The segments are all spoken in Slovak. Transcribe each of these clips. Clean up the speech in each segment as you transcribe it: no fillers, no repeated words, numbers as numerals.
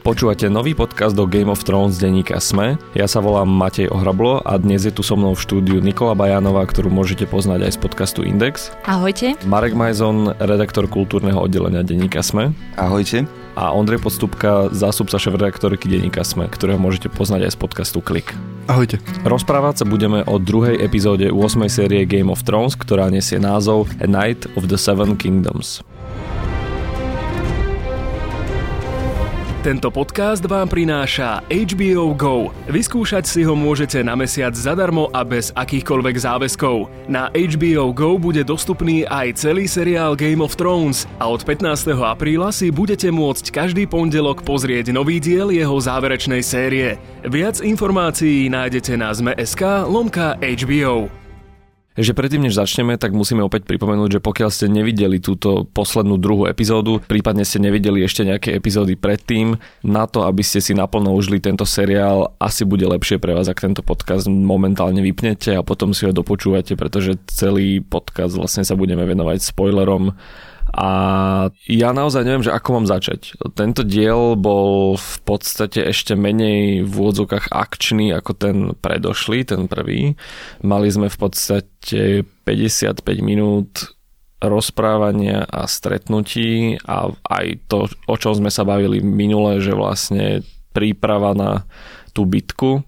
Počúvate nový podcast do Game of Thrones denníka SME. Ja sa volám Matej Ohrablo a dnes je tu so mnou v štúdiu Nikola Bajánová, ktorú môžete poznať aj z podcastu Index. Ahojte. Marek Majzon, redaktor kultúrneho oddelenia denníka SME. Ahojte. A Ondrej Podstupka, zástupca šéfredaktorky denníka SME, ktorého môžete poznať aj z podcastu Klik. Ahojte. Rozprávať sa budeme o druhej epizóde 8. série Game of Thrones, ktorá nesie názov A Night of the Seven Kingdoms. Tento podcast vám prináša HBO Go. Vyskúšať si ho môžete na mesiac zadarmo a bez akýchkoľvek záväzkov. Na HBO Go bude dostupný aj celý seriál Game of Thrones a od 15. apríla si budete môcť každý pondelok pozrieť nový diel jeho záverečnej série. Viac informácií nájdete na zme.sk/HBO. Ešte predtým, než začneme, tak musíme opäť pripomenúť, že pokiaľ ste nevideli túto poslednú druhú epizódu, prípadne ste nevideli ešte nejaké epizódy predtým, na to, aby ste si naplno užili tento seriál, asi bude lepšie pre vás, ak tento podcast momentálne vypnete a potom si ho dopočúvate, pretože celý podcast vlastne sa budeme venovať spoilerom. A ja naozaj neviem, že ako mám začať. Tento diel bol v podstate ešte menej v úvodzovkách akčný ako ten predošlý, ten prvý. Mali sme v podstate 55 minút rozprávania a stretnutí a aj to, o čom sme sa bavili minule, že vlastne príprava na tú bitku.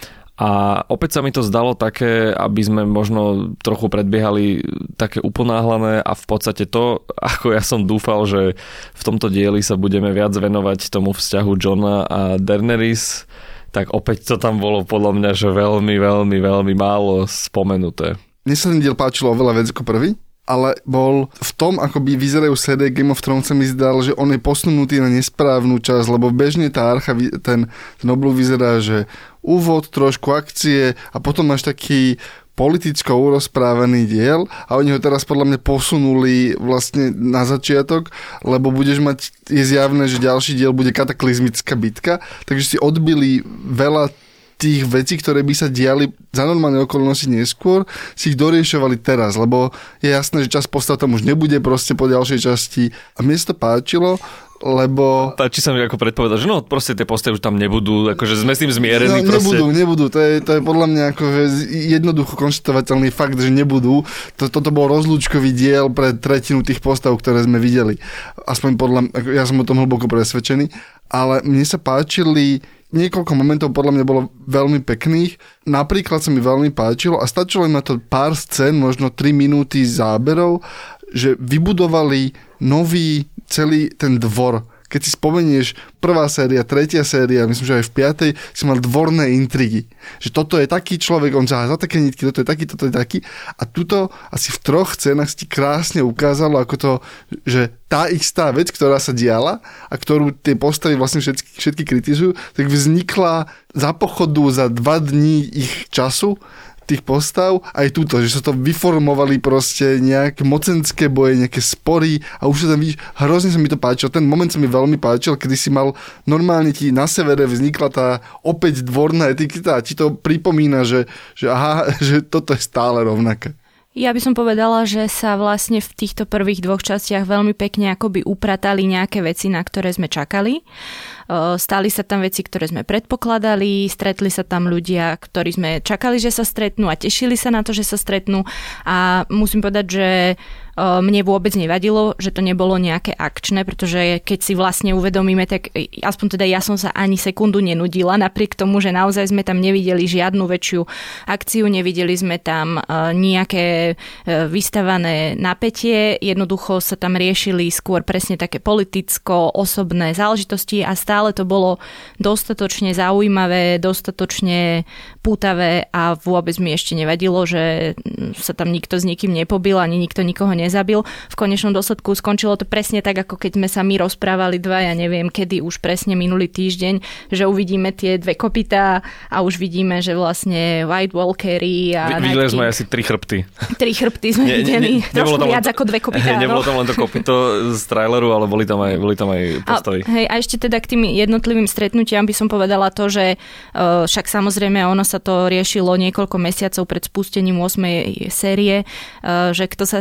A opäť sa mi to zdalo také, aby sme možno trochu predbiehali také uponáhlané a v podstate to, ako ja som dúfal, že v tomto dieli sa budeme viac venovať tomu vzťahu Jona a Daenerys, tak opäť to tam bolo podľa mňa, že veľmi málo spomenuté. Mne sa ten diel páčilo oveľa viac ako prvý, ale bol v tom, ako by vyzerajú série Game of Thrones, sa mi zdal, že on je posunutý na nesprávnu časť, lebo bežne tá archa, ten oblúk vyzerá, že úvod, trošku akcie a potom máš taký politicko urozprávaný diel a oni ho teraz podľa mňa posunuli vlastne na začiatok, lebo budeš mať, je zjavné, že ďalší diel bude kataklizmická bitka, takže si odbili veľa tých vecí, ktoré by sa diali za normálne okolnosti neskôr, si ich doriešovali teraz, lebo je jasné, že čas postav tam už nebude proste po ďalšej časti a mne sa to páčilo, lebo... Páči sa mi ako predpovedať, že no proste tie postavy už tam nebudú, akože sme s tým zmierení. No, nebudú, to je podľa mňa akože jednoducho konštatovateľný fakt, že nebudú. Toto bol rozlúčkový diel pre tretinu tých postav, ktoré sme videli. Aspoň ja som o tom hlboko presvedčený, ale mne sa páčili niekoľko momentov, podľa mňa bolo veľmi pekných. Napríklad sa mi veľmi páčilo a stačilo im na to pár scén, možno 3 minúty záberov, že vybudovali nový celý ten dvor. Keď si spomenieš, prvá séria, tretia séria, myslím, že aj v 5. si mal dvorné intrigy. Že toto je taký človek, on ťahá za také nitky, toto je taký. A tuto asi v 3 scénach si krásne ukázalo, ako to, že tá istá vec, ktorá sa diala a ktorú tie postavy vlastne všetky kritizujú, tak vznikla za pochodu za 2 dní ich času tých postav, aj túto, že sa to vyformovali proste nejaké mocenské boje, nejaké spory a už sa tam vidíš, hrozne sa mi to páčilo. Ten moment sa mi veľmi páčil, kedy si mal normálne ti na severe vznikla tá opäť dvorná etiketa a ti to pripomína, že aha, že toto je stále rovnaké. Ja by som povedala, že sa vlastne v týchto prvých 2 častiach veľmi pekne akoby upratali nejaké veci, na ktoré sme čakali. Stali sa tam veci, ktoré sme predpokladali, stretli sa tam ľudia, ktorí sme čakali, že sa stretnú a tešili sa na to, že sa stretnú a musím povedať, že mne vôbec nevadilo, že to nebolo nejaké akčné, pretože keď si vlastne uvedomíme, tak aspoň teda ja som sa ani sekundu nenudila, napriek tomu, že naozaj sme tam nevideli žiadnu väčšiu akciu, nevideli sme tam nejaké vystavané napätie, jednoducho sa tam riešili skôr presne také politicko-osobné záležitosti a stále to bolo dostatočne zaujímavé, dostatočne pútavé a vôbec mi ešte nevadilo, že sa tam nikto s nikým nepobil, ani nikto nikoho nezabil. V konečnom dôsledku skončilo to presne tak, ako keď sme sa my rozprávali ja neviem, kedy už presne minulý týždeň, že uvidíme tie 2 kopytá a už vidíme, že vlastne White Walkery a... Videli sme asi 3 chrbty. 3 chrbty sme videli. Trošku viac ako 2 kopytá. Nebolo tam len to kopyto z traileru, ale boli tam aj postavy. A ešte teda k tým jednotlivým stretnutiam by som povedala to, že však samozrejme ono sa to riešilo niekoľko mesiacov pred spustením 8. série, že kto sa s kým ako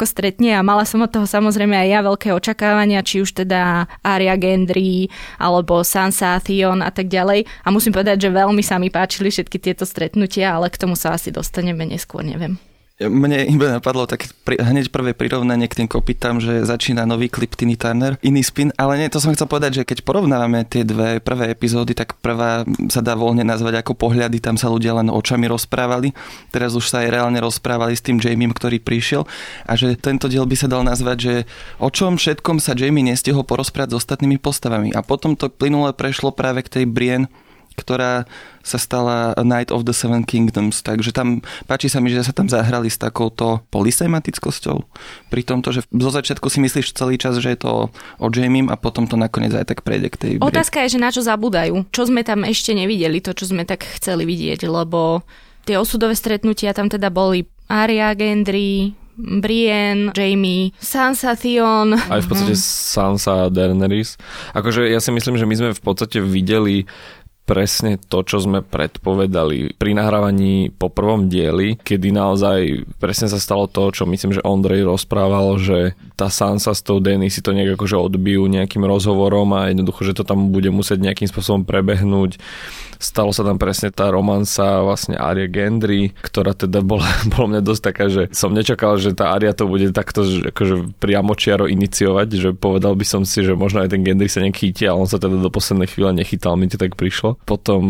ako stretne a mala som od toho samozrejme aj ja veľké očakávania, či už teda Arya Gendry alebo Sansa Theon a tak ďalej. A musím povedať, že veľmi sa mi páčili všetky tieto stretnutia, ale k tomu sa asi dostaneme neskôr, neviem. Mne iba napadlo také hneď prvé prirovnanie k tým kopytám, že začína nový klip Tiny Turner, iný spin, ale nie, to som chcel povedať, že keď porovnávame tie dve prvé epizódy, tak prvá sa dá voľne nazvať ako pohľady, tam sa ľudia len očami rozprávali, teraz už sa aj reálne rozprávali s tým Jaimiem, ktorý prišiel a že tento diel by sa dal nazvať, že o čom všetkom sa Jaime nestihol porozprávať s ostatnými postavami a potom to plynule prešlo práve k tej Brienne, ktorá sa stala Knight of the Seven Kingdoms, takže tam páči sa mi, že sa tam zahrali s takouto polysematickou pri tomto, že zo začiatku si myslíš celý čas, že je to o Jaimiem a potom to nakoniec aj tak prejde k tej Brienne. Otázka je, že na čo zabúdajú, čo sme tam ešte nevideli, to čo sme tak chceli vidieť, lebo tie osudové stretnutia tam teda boli Arya Gendry, Brienne, Jaime, Sansa Theon. Aj v podstate Sansa a Daenerys. Akože ja si myslím, že my sme v podstate videli presne to, čo sme predpovedali pri nahrávaní po prvom dieli, kedy naozaj presne sa stalo to, čo myslím, že Ondrej rozprával, že tá Sansa s tou Dany si to nejak akože odbijú nejakým rozhovorom a jednoducho, že to tam bude musieť nejakým spôsobom prebehnúť. Stalo sa tam presne tá romansa vlastne Arya Gendry, ktorá teda bola mňa dosť taká, že som nečakal, že tá Arya to bude takto akože priamočiaro iniciovať, že povedal by som si, že možno aj ten Gendry sa nechytí, ale on sa teda do poslednej chvíle nechytal, mi to tak prišlo. Potom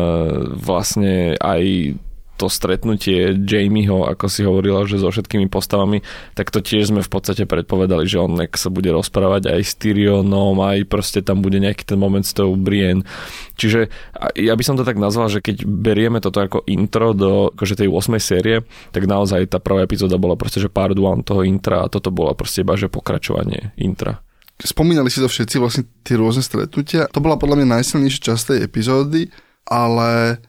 vlastne aj to stretnutie Jaimeho, ako si hovorila, že so všetkými postavami, tak to tiež sme v podstate predpovedali, že on sa bude rozprávať aj s Tyrionom, aj proste tam bude nejaký ten moment s tou Brienne. Čiže ja by som to tak nazval, že keď berieme toto ako intro do akože tej 8. série, tak naozaj tá prvá epizóda bola proste, že part one toho intra a toto bola proste iba, že pokračovanie intra. Spomínali si to všetci vlastne tie rôzne stretnutia. To bola podľa mňa najsilnejšia časť tej epizódy, ale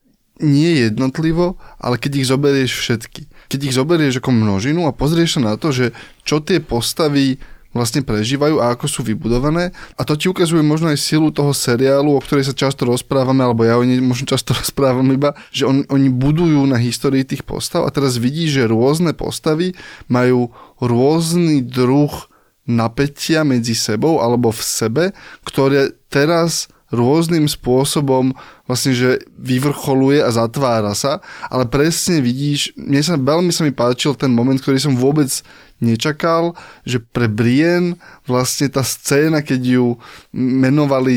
nie jednotlivo, ale keď ich zoberieš všetky. Keď ich zoberieš ako množinu a pozrieš sa na to, že čo tie postavy vlastne prežívajú a ako sú vybudované. A to ti ukazuje možno aj silu toho seriálu, o ktorej sa často rozprávame, alebo ja o nej možno často rozprávam iba, že oni budujú na histórii tých postav a teraz vidíš, že rôzne postavy majú rôzny druh napätia medzi sebou alebo v sebe, ktoré teraz rôznym spôsobom vlastne, že vyvrcholuje a zatvára sa, ale presne vidíš, veľmi sa mi páčil ten moment, ktorý som vôbec nečakal, že pre Brienne vlastne tá scéna, keď ju menovali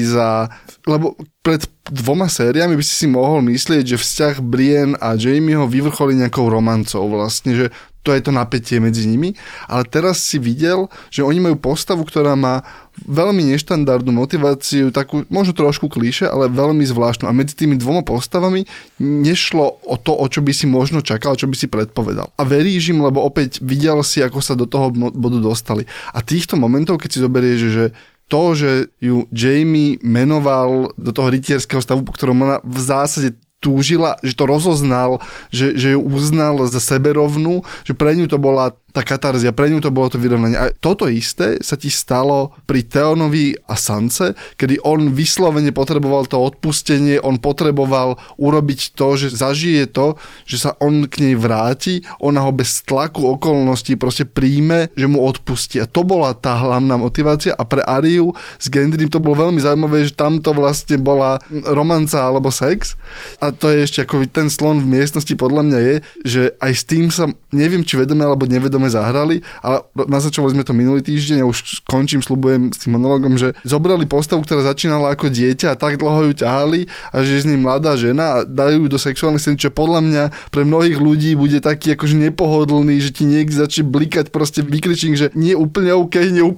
lebo pred 2 sériami by si mohol myslieť, že vzťah Brienne a Jaimeho vyvrcholí nejakou romancou vlastne, že to je to napätie medzi nimi, ale teraz si videl, že oni majú postavu, ktorá má veľmi neštandardnú motiváciu, takú možno trošku klíše, ale veľmi zvláštnu. A medzi tými 2 postavami nešlo o to, o čo by si možno čakal, čo by si predpovedal. A veríš im, lebo opäť videl si, ako sa do toho bodu dostali. A týchto momentov, keď si zoberieš, že to, že ju Jaime menoval do toho rytierského stavu, po ktorom ona v zásade túžila, že to rozoznal, že ju uznal za seberovnú, že pre ňu to bola tá katarzia, pre ňu to bolo to vyrovnanie. A toto isté sa ti stalo pri Theonovi a Sance, kedy on vyslovene potreboval to odpustenie, on potreboval urobiť to, že zažije to, že sa on k nej vráti, ona ho bez tlaku okolností proste príjme, že mu odpustí. A to bola tá hlavná motivácia a pre Aryu s Gendrym to bolo veľmi zaujímavé, že tam to vlastne bola romanca alebo sex. A to je ešte ako ten slon v miestnosti podľa mňa je, že aj s tým sa, neviem či vedome alebo nevedome zahrali, ale naznačovali sme to minulý týždeň a už skončím, sľubujem s tým monologom, že zobrali postavu, ktorá začínala ako dieťa a tak dlho ju ťahali a že je z nej mladá žena a dajú ju do sexuálnej scény, čo podľa mňa pre mnohých ľudí bude taký akože nepohodlný, že ti niekde začne blikať proste výkričník, že nie úplne OK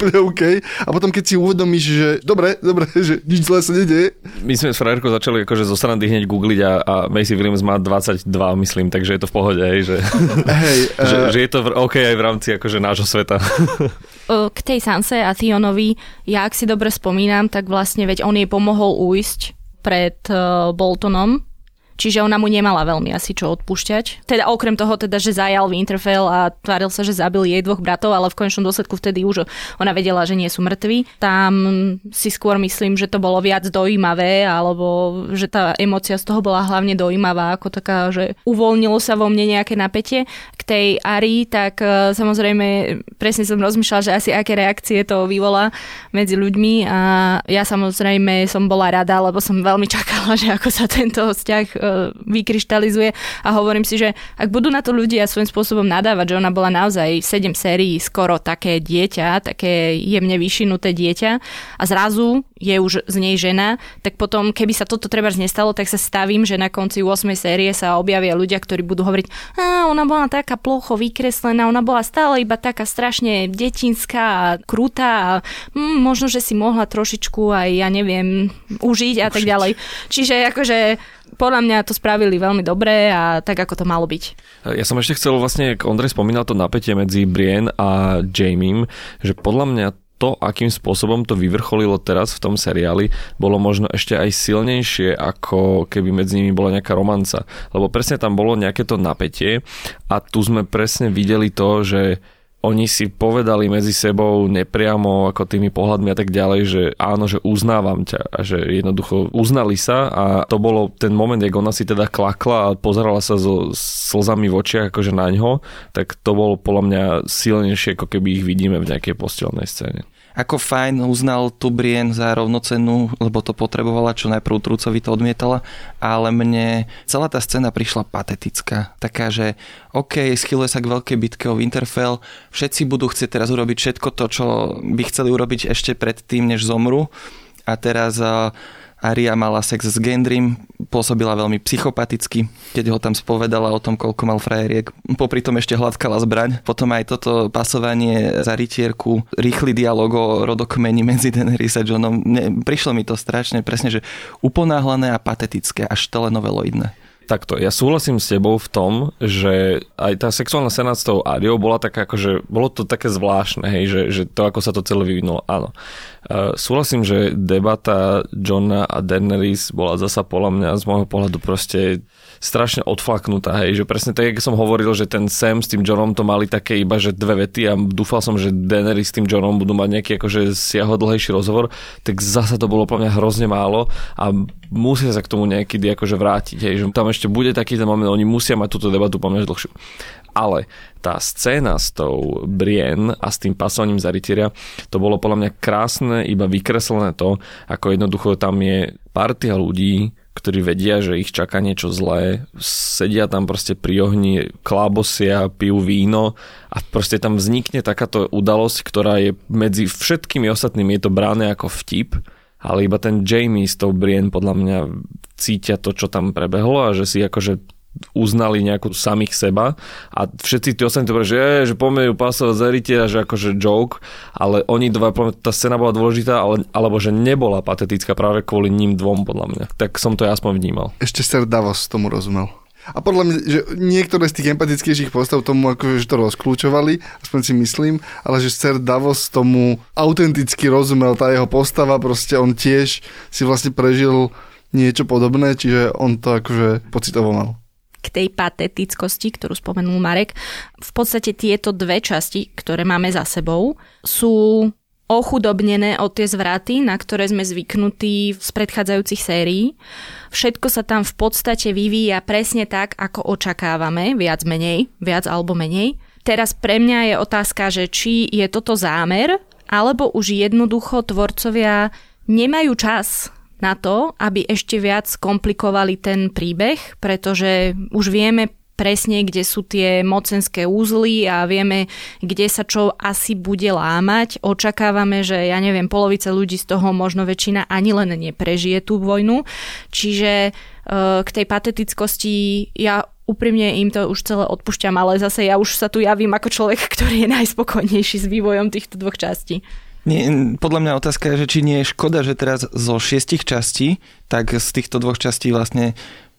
a potom keď si uvedomíš, že dobre, že nič zlé sa nedieje. My sme s frajerkou začali akože zo srandy hneď googliť a Maisie Williams má 22, myslím, takže je to v pohode, že je to OK aj v rámci akože nášho sveta. K tej Sanse a Theonovi, ja ak si dobre spomínam, tak vlastne veď on jej pomohol ujsť pred Boltonom, Čiže ona mu nemala veľmi asi čo odpúšťať. Teda okrem toho, že zajal Winterfell a tváril sa, že zabil jej 2 bratov, ale v konečnom dôsledku vtedy už ona vedela, že nie sú mŕtvi. Tam si skôr myslím, že to bolo viac dojímavé, alebo že tá emócia z toho bola hlavne dojímavá, ako taká, že uvoľnilo sa vo mne nejaké napätie. K tej Ari, tak samozrejme presne som rozmýšľala, že asi aké reakcie to vyvolá medzi ľuďmi a ja samozrejme som bola rada, lebo som veľmi čakala, že ako sa tento vzťah vykryštalizuje a hovorím si, že ak budú na to ľudia svojím spôsobom nadávať, že ona bola naozaj 7 sérií skoro také dieťa, také jemne vyšinuté dieťa a zrazu je už z nej žena, tak potom, keby sa toto trebárs nestalo, tak sa stavím, že na konci 8. série sa objavia ľudia, ktorí budú hovoriť, ona bola taká plocho vykreslená, ona bola stále iba taká strašne detinská a krutá a možno, že si mohla trošičku aj, ja neviem, užiť a tak ďalej. Čiže akože podľa mňa to spravili veľmi dobre a tak, ako to malo byť. Ja som ešte chcel vlastne, ako Ondrej spomínal to napätie medzi Brienne a Jaimiem, že podľa mňa to, akým spôsobom to vyvrcholilo teraz v tom seriáli, bolo možno ešte aj silnejšie, ako keby medzi nimi bola nejaká romanca. Lebo presne tam bolo nejaké to napätie a tu sme presne videli to, že oni si povedali medzi sebou nepriamo ako tými pohľadmi a tak ďalej, že áno, že uznávam ťa a že jednoducho uznali sa a to bolo ten moment, jak ona si teda klakla a pozerala sa so slzami v očiach akože na ňo, tak to bolo podľa mňa silnejšie, ako keby ich vidíme v nejakej postelnej scéne. Ako fajn uznal tu Brienne za rovnocennú, lebo to potrebovala, čo najprv Trucovi to odmietala, ale mne celá tá scéna prišla patetická. Taká, že OK, schyluje sa k veľkej bitke o Winterfell, všetci budú chcieť teraz urobiť všetko to, čo by chceli urobiť ešte predtým, než zomru. A teraz Arya mala sex s Gendrym, pôsobila veľmi psychopaticky, keď ho tam spovedala o tom, koľko mal frajeriek. Popri tom ešte hladkala zbraň. Potom aj toto pasovanie za rytierku, rýchly dialog o rodokmeni medzi Daenerys a Johnom. Prišlo mi to strašne presne, že uponáhlané a patetické, až telenoveloidné. Takto, ja súhlasím s tebou v tom, že aj tá sexuálna scéna s tou Ariou bola taká, akože, bolo to také zvláštne, hej, že to, ako sa to celé vyvinulo, áno. Súhlasím, že debata Johna a Daenerys bola zasa podľa mňa z môjho pohľadu proste strašne odflaknutá, hej, že presne tak, jak som hovoril, že ten Sam s tým Johnom to mali také iba, že 2 vety a dúfal som, že Daenerys s tým Johnom budú mať nejaký akože siahodlhejší rozhovor, tak zasa to bolo podľa mňa hrozne málo a musia sa k tomu niekedy akože vrátiť, hej, že tam ešte bude taký ten moment, oni musia mať túto debatu pomerne dlhšiu. Ale tá scéna s tou Brienne a s tým pasovaním za rytieria, to bolo podľa mňa krásne, iba vykreslené to, ako jednoducho tam je partia ľudí, ktorí vedia, že ich čaká niečo zlé, sedia tam proste pri ohni, klábosia, pijú víno a proste tam vznikne takáto udalosť, ktorá je medzi všetkými ostatnými, je to bráne ako vtip, ale iba ten Jaime s tou Brienne podľa mňa cítia to, čo tam prebehlo a že si akože uznali nejakú samých seba a všetci tí ostatní to povedali, že poďme ju pasovať za rytiera, že akože joke, ale oni dva, tá scéna bola dôležitá, alebo že nebola patetická práve kvôli ním dvom, podľa mňa. Tak som to ja aspoň vnímal. Ešte Ser Davos tomu rozumel. A podľa mňa, že niektoré z tých empatickejších postav tomu akože to rozklúčovali, aspoň si myslím, ale že Ser Davos tomu autenticky rozumel, tá jeho postava, proste on tiež si vlastne prežil niečo podobné, čiže on to akože pocitoval. K tej patetickosti, ktorú spomenul Marek, v podstate tieto 2 časti, ktoré máme za sebou, sú ochudobnené o tie zvraty, na ktoré sme zvyknutí z predchádzajúcich sérií. Všetko sa tam v podstate vyvíja presne tak, ako očakávame, viac alebo menej. Teraz pre mňa je otázka, že či je toto zámer, alebo už jednoducho tvorcovia nemajú čas na to, aby ešte viac komplikovali ten príbeh, pretože už vieme presne, kde sú tie mocenské úzly a vieme, kde sa čo asi bude lámať. Očakávame, že ja neviem, polovica ľudí z toho, možno väčšina ani len neprežije tú vojnu. Čiže k tej patetickosti ja úprimne im to už celé odpúšťam, ale zase ja už sa tu javím ako človek, ktorý je najspokojnejší s vývojom týchto 2 častí. Nie, podľa mňa otázka je, že či nie je škoda, že teraz zo 6 častí, tak z týchto 2 častí vlastne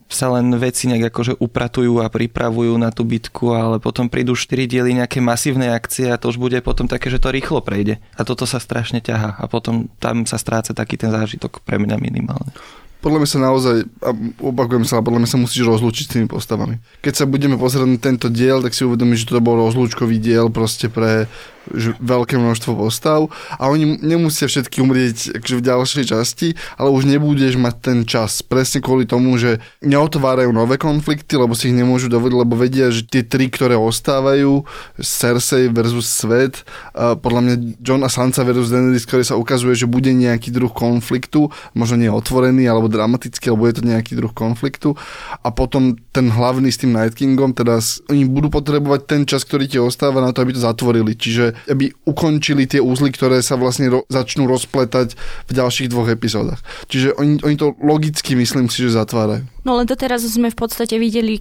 sa len veci nejak akože upratujú a pripravujú na tú bitku, ale potom prídu 4 diely nejaké masívne akcie a to už bude potom také, že to rýchlo prejde. A toto sa strašne ťahá a potom tam sa stráca taký ten zážitok pre mňa minimálne. Podľa mňa sa naozaj, a opakujem sa, podľa mňa sa musíš rozlúčiť s tými postavami. Keď sa budeme pozerať na tento diel, tak si uvedomíš, že to bol rozlúčkový diel proste pre veľké množstvo postav a oni nemusia všetky umrieť v ďalšej časti, ale už nebudeš mať ten čas. Presne kvôli tomu, že neotvárajú nové konflikty, lebo si ich nemôžu dovoliť, lebo vedia, že tie 3, ktoré ostávajú, Cersei versus Svet, podľa mňa Jon a Sansa versus Daenerys, ktoré sa ukazuje, že bude nejaký druh konfliktu, možno nie otvorený, alebo dramatický, alebo je to nejaký druh konfliktu. A potom ten hlavný s tým Night Kingom, teda oni budú potrebovať ten čas, ktorý ti ostáva na to, aby to zatvorili. Čiže aby ukončili tie úzly, ktoré sa vlastne začnú rozpletať v ďalších 2 epizódach. Čiže oni to logicky, myslím si, že zatvárajú. No len doteraz sme v podstate videli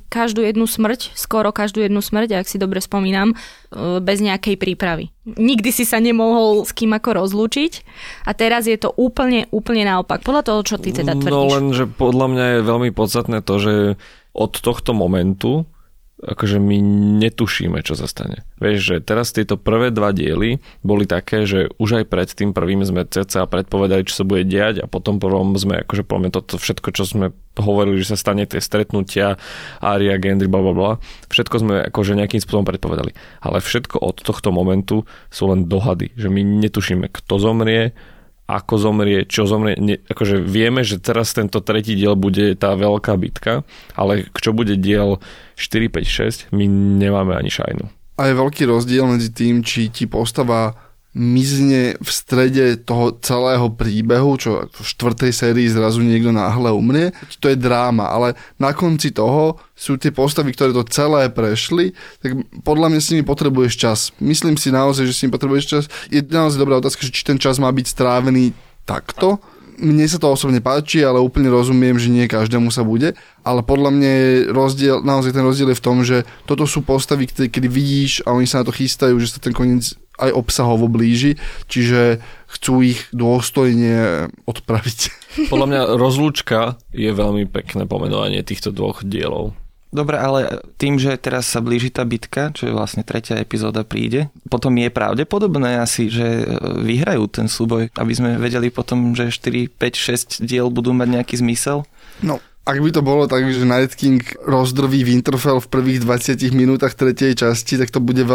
skoro každú jednu smrť, ak si dobre spomínam, bez nejakej prípravy. Nikdy si sa nemohol s kým ako rozlúčiť a teraz je to úplne naopak. Podľa toho, čo ty teda tvrdíš. No len, že podľa mňa je veľmi podstatné to, že od tohto momentu akože my netušíme, čo sa stane. Vieš, že teraz tieto prvé 2 diely boli také, že už aj pred tým prvým sme cca predpovedali, čo sa bude diať a potom prvom sme akože poďme toto všetko, čo sme hovorili, že sa stane, tie stretnutia, Arya, Gendry, blablabla, všetko sme akože nejakým spôsobom predpovedali. Ale všetko od tohto momentu sú len dohady, že my netušíme, kto zomrie, ako zomrie, čo zomrie. Akože vieme, že teraz tento tretí diel bude tá veľká bitka, ale čo bude diel 4, 5, 6, my nemáme ani šajnu. A je veľký rozdiel medzi tým, či ti postava mizne v strede toho celého príbehu, čo v 4. sérii zrazu niekto náhle umrie. To je dráma, ale na konci toho sú tie postavy, ktoré to celé prešli, tak podľa mňa s nimi potrebuješ čas. Myslím si naozaj, že s nimi potrebuješ čas. Je naozaj dobrá otázka, či ten čas má byť strávený takto. Mne sa to osobne páči, ale úplne rozumiem, že nie každému sa bude. Ale podľa mňa je rozdiel, naozaj ten rozdiel je v tom, že toto sú postavy, kedy vidíš a oni sa na to chystajú, že sa ten koniec aj obsahovo blíži, čiže chcú ich dôstojne odpraviť. Podľa mňa rozlúčka je veľmi pekné pomenovanie týchto 2 dielov. Dobre, ale tým, že teraz sa blíži tá bitka, čo je vlastne 3. epizóda príde, potom je pravdepodobné asi, že vyhrajú ten súboj, aby sme vedeli potom, že 4, 5, 6 diel budú mať nejaký zmysel? No, ak by to bolo tak, že Night King rozdrví Winterfell v prvých 20 minútach 3. časti, tak to bude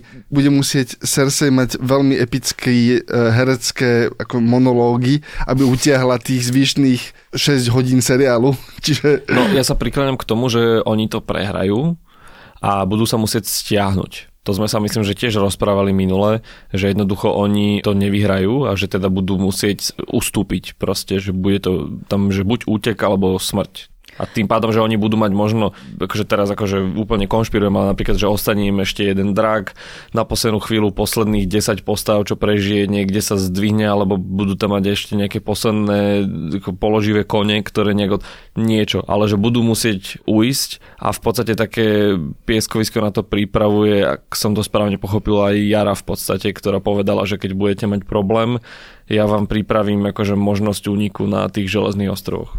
musieť Cersei mať veľmi epické herecké ako monológy, aby utiahla tých zvyšných 6 hodín seriálu. Čiže... No, ja sa prikláňam k tomu, že oni to prehrajú a budú sa musieť stiahnuť. To sme sa myslím, že tiež rozprávali minule, že jednoducho oni to nevyhrajú a že teda budú musieť ustúpiť proste, že bude to tam, že buď útek alebo smrť. A tým pádom, že oni budú mať možno, akože teraz akože úplne konšpirujem, ale napríklad, že ostane im ešte jeden drak, na poslednú chvíľu posledných 10 postav, čo prežije, niekde sa zdvihne, alebo budú tam mať ešte nejaké posledné položivé kone, ktoré niečo, ale že budú musieť uísť a v podstate také pieskovisko na to pripravuje, ak som to správne pochopil, aj Jara v podstate, ktorá povedala, že keď budete mať problém, ja vám pripravím akože možnosť úniku na tých železných ostrovoch.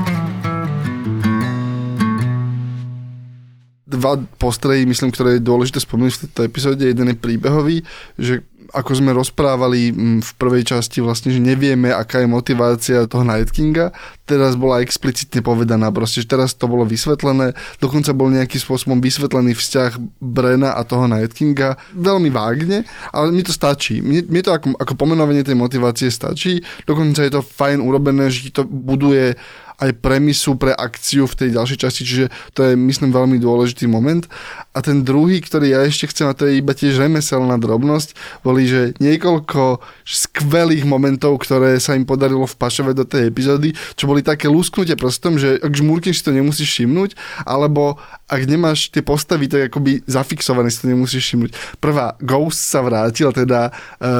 2 postrehy, myslím, ktoré je dôležité spomenúť v tejto epizóde. Jeden je príbehový, že ako sme rozprávali v prvej časti vlastne, že nevieme, aká je motivácia toho Night Kinga, teraz bola explicitne povedaná, proste, že teraz to bolo vysvetlené, dokonca bol nejakým spôsobom vysvetlený vzťah Brena a toho Night Kinga, veľmi vágne, ale mi to stačí. Mne to ako pomenovanie tej motivácie stačí, dokonca je to fajn urobené, že to buduje aj premisu pre akciu v tej ďalšej časti, čiže to je, myslím, veľmi dôležitý moment. A ten druhý, ktorý ja ešte chcem, a to je iba tiež remeselná drobnosť, boli, že niekoľko skvelých momentov, ktoré sa im podarilo vpašovať do tej epizódy, čo boli také lúsknutie prstom, že ak žmúrkneš si to nemusíš všimnúť, alebo ak nemáš tie postavy tak akoby zafixované, si to nemusíš všimnúť. Prvá, Ghost sa vrátil, teda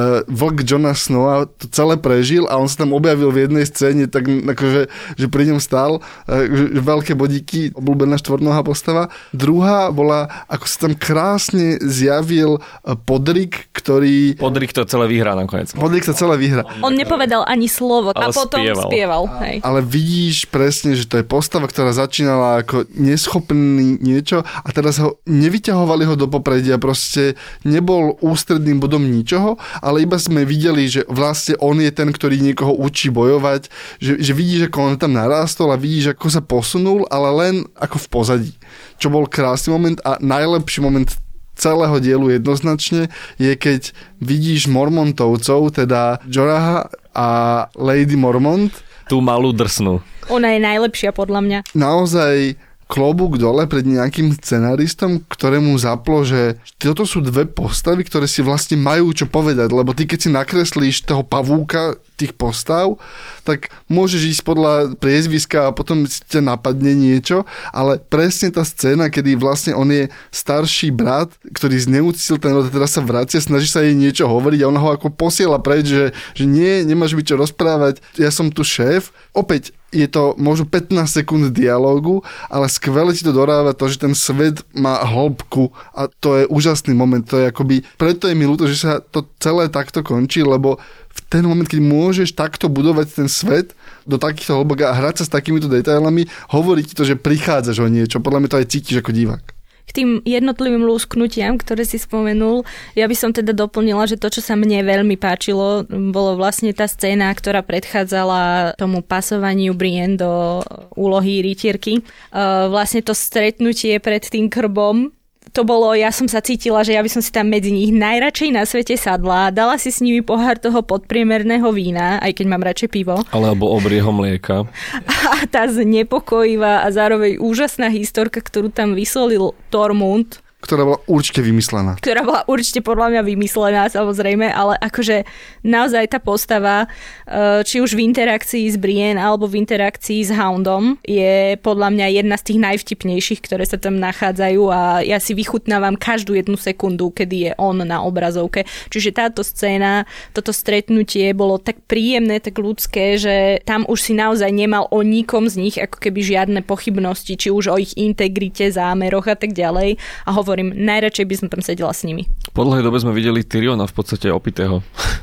vlk Jona Snowa to celé prežil a on sa tam objavil v jednej scéne, tak akože, že pri ňom stál, veľké bodíky, obľúbená štvornohá postava. Druhá bola, ako sa tam krásne zjavil Podrick, ktorý... Podrick to celé vyhrá nakoniec. Podrick sa celé vyhrá. On nepovedal ani slovo a potom spieval. Hej. Ale vidíš presne, že to je postava, ktorá začínala ako neschopný niečo a teraz ho nevyťahovali ho do popredia, proste nebol ústredným bodom ničoho, ale iba sme videli, že vlastne on je ten, ktorý niekoho učí bojovať, že vidíš, ako on tam narástol a vidíš, ako sa posunul, ale len ako v pozadí. Čo bol krásny moment a najlepší moment celého dielu jednoznačne je, keď vidíš Mormontovcov, teda Joraha a Lady Mormont. Tú malú drsnú. Ona je najlepšia podľa mňa. Naozaj klobúk dole pred nejakým scenaristom, ktorému zaplo, že toto sú dve postavy, ktoré si vlastne majú čo povedať, lebo ty keď si nakreslíš toho pavúka tých postav, tak môžeš ísť podľa priezviska a potom si ťa napadne niečo, ale presne tá scéna, kedy vlastne on je starší brat, ktorý zneúctil ten rod, teraz sa vracia, snaží sa jej niečo hovoriť a ona ho ako posiela preč, že nie, nemáš mi čo rozprávať, ja som tu šéf. Opäť je to možno 15 sekúnd dialógu, ale skvele ti to doráva to, že ten svet má hĺbku a to je úžasný moment. To je akoby, preto je mi ľúto, že sa to celé takto končí, lebo v ten moment, keď môžeš takto budovať ten svet do takýchto hĺbok a hrať sa s takýmito detailami, hovorí ti to, že prichádzaš o niečo. Podľa mňa to aj cítiš ako divák. K tým jednotlivým lúsknutiam, ktoré si spomenul, ja by som teda doplnila, že to, čo sa mne veľmi páčilo, bolo vlastne tá scéna, ktorá predchádzala tomu pasovaniu Brienne do úlohy rytierky. Vlastne to stretnutie pred tým krbom, to bolo, ja som sa cítila, že ja by som si tam medzi nich najradšej na svete sadla, dala si s nimi pohár toho podpriemerného vína, aj keď mám radšej pivo. Alebo obrieho mlieka. A tá znepokojivá a zároveň úžasná historka, ktorú tam vysolil Tormund, ktorá bola určite vymyslená. Ktorá bola určite podľa mňa vymyslená, samozrejme, ale akože naozaj tá postava, či už v interakcii s Brienne alebo v interakcii s Houndom, je podľa mňa jedna z tých najvtipnejších, ktoré sa tam nachádzajú a ja si vychutnávam každú jednu sekundu, kedy je on na obrazovke. Čiže táto scéna, toto stretnutie bolo tak príjemné, tak ľudské, že tam už si naozaj nemal o nikom z nich ako keby žiadne pochybnosti, či už o ich integrite, zámeroch a tak ďalej. A hovorím, najradšej by som tam sedela s nimi. Po dlhej dobe sme videli Tyriona v podstate opitého.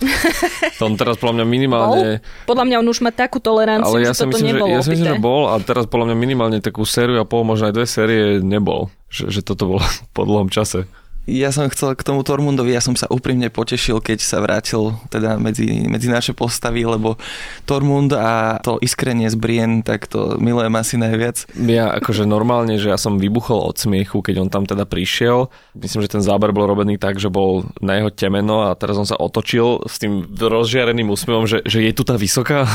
On teraz podľa mňa minimálne... Podľa mňa on už má takú toleranciu, ale ja že toto nebolo opité. Ja si myslím, že bol a teraz podľa mňa minimálne takú sériu a pol, možno aj 2 série nebol. Že toto bolo po dlhom čase. Ja som chcel k tomu Tormundovi, ja som sa úprimne potešil, keď sa vrátil teda medzi naše postavy, lebo Tormund a to iskrenie z Brienne, tak to milujem asi najviac. Ja akože normálne, že ja som vybuchol od smiechu, keď on tam teda prišiel. Myslím, že ten záber bol robený tak, že bol na jeho temeno a teraz on sa otočil s tým rozžiareným úsmevom, že je tu tá vysoká...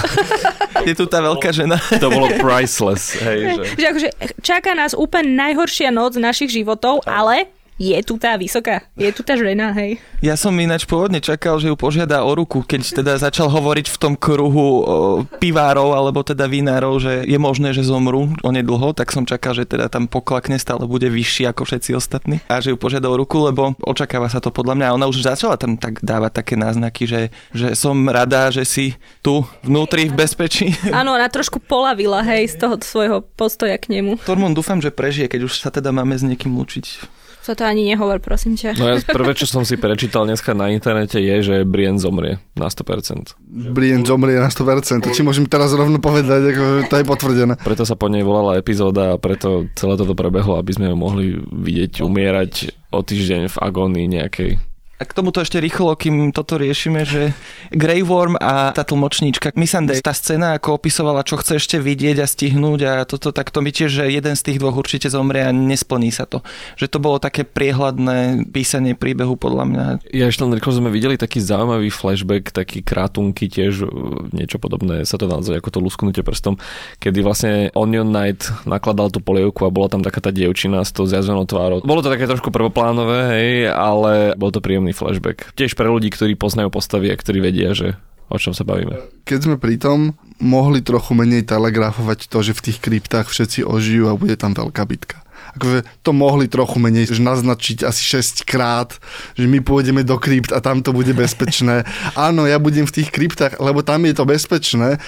Je tu tá veľká žena. To bolo priceless. Hej, že akože čaká nás úplne najhoršia noc našich životov, ale... Je tu tá vysoká, je tu tá žena, hej. Ja som ináč pôvodne čakal, že ju požiada o ruku, keď teda začal hovoriť v tom kruhu pivárov, alebo teda vinárov, že je možné, že zomrú onedlho, tak som čakal, že teda tam poklakne, stále bude vyšší ako všetci ostatní a že ju požiada o ruku, lebo očakáva sa to podľa mňa a ona už začala tam tak dávať také náznaky, že som rada, že si tu vnútri v bezpečí. Áno, ona trošku polavila, hej, z toho svojho postoja k nemu. Tormund, dúfam, že prežije, keď už sa teda máme s niekým lúčiť. To ani nehovor, prosím ťa. No ja prvé, čo som si prečítal dneska na internete je, že Brienne zomrie na 100%. Brienne zomrie na 100%. To či môžem teraz rovno povedať, ako to je potvrdené. Preto sa po nej volala epizóda a preto celé toto prebehlo, aby sme ju mohli vidieť umierať o týždeň v agónii nejakej. A k tomuto ešte rýchlo, kým toto riešime, že Grey Worm a tá tlmočníčka Missandei, tá scéna, ako opisovala, čo chce ešte vidieť a stihnúť a toto, tak to mi tiež, že jeden z tých dvoch určite zomrie a nesplní sa to. Že to bolo také priehľadné písanie príbehu podľa mňa. Ja ešte len rýchlo sme videli taký zaujímavý flashback, taký krátunky tiež, niečo podobné sa to nazve, ako to lusknutie prstom, kedy vlastne Onion Knight nakladal tú polievku a bola tam taká tá dievčina s tou zjazvenou tvárou. Bolo to také trošku prvoplánové, hej, ale bol to príjemný flashback. Tiež pre ľudí, ktorí poznajú postavy a ktorí vedia, že o čom sa bavíme. Keď sme pri tom, mohli trochu menej telegrafovať to, že v tých kryptách všetci ožijú a bude tam veľká bitka. akože to mohli trochu menej naznačiť asi 6 krát, že my pôjdeme do krypt a tam to bude bezpečné. Áno, ja budem v tých kryptách, lebo tam je to bezpečné.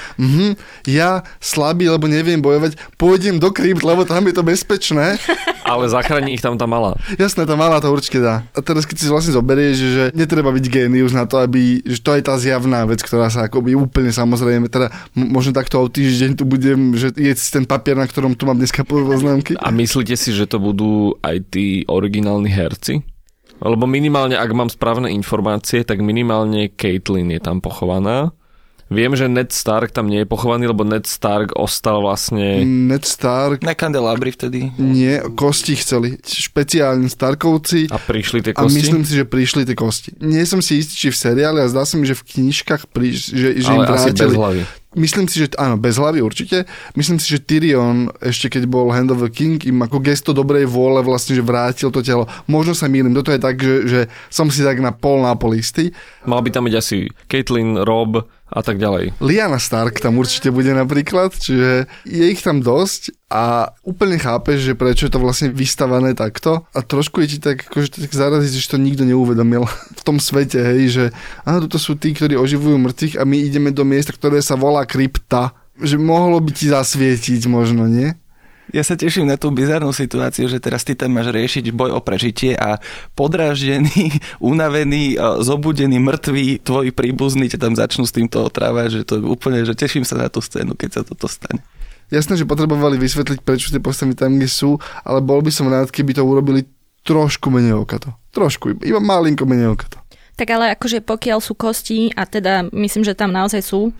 Ja slabý, lebo neviem bojovať, pôjdem do krypt, lebo tam je to bezpečné. Ale zachráni ich tam tá malá. Jasné, tá malá to určite dá. A teraz keď si vlastne zoberieš, že netreba byť génius na to, aby, že to je tá zjavná vec, ktorá sa akoby úplne samozrejme, teda možno takto o týždeň tu budem, že je ten papier, na ktorom tu mám dneska poznámky. A myslíte si, že to budú aj tí originálni herci? Lebo minimálne, ak mám správne informácie, tak minimálne Caitlyn je tam pochovaná. Viem, že Ned Stark tam nie je pochovaný, lebo Ned Stark ostal vlastne... Ned Stark... Na kandelabri vtedy. Nie, kosti chceli. Špeciálne Starkovci. A prišli tie kosti? A myslím si, že prišli tie kosti. Nie som si istý, či v seriáli, a zdá sa mi, že v knižkách že im vrátili. Ale asi bez hlavy. Myslím si, že áno, bez hlavy určite. Myslím si, že Tyrion, ešte keď bol Hand of the King, im ako gesto dobrej vôle vlastne, že vrátil to telo. Možno sa mýlim, toto je tak, že som si tak na pol istý. Mal by tam byť asi Caitlyn, Robb a tak ďalej. Lyanna Stark tam určite bude napríklad, čiže je ich tam dosť a úplne chápeš, že prečo je to vlastne vystavané takto a trošku je ti tak, akože tak zarazí, že to nikto neuvedomil v tom svete, hej, že áno, toto sú tí, ktorí oživujú mŕtvych a my ideme do miesta, ktoré sa volá krypta, že mohlo by ti zasvietiť možno, nie? Ja sa teším na tú bizarnú situáciu, že teraz ty tam máš riešiť boj o prežitie a podráždený, unavený, zobudený, mŕtvý tvoji príbuzní ťa tam začnú s týmto otrávať, že to je úplne, že teším sa na tú scénu, keď sa toto stane. Jasné, že potrebovali vysvetliť, prečo tie postavy tam, kde sú, ale bol by som rád, keby to urobili trošku menej okato. Trošku, iba malinko menej okato. Tak ale akože pokiaľ sú kosti, a teda myslím, že tam naozaj sú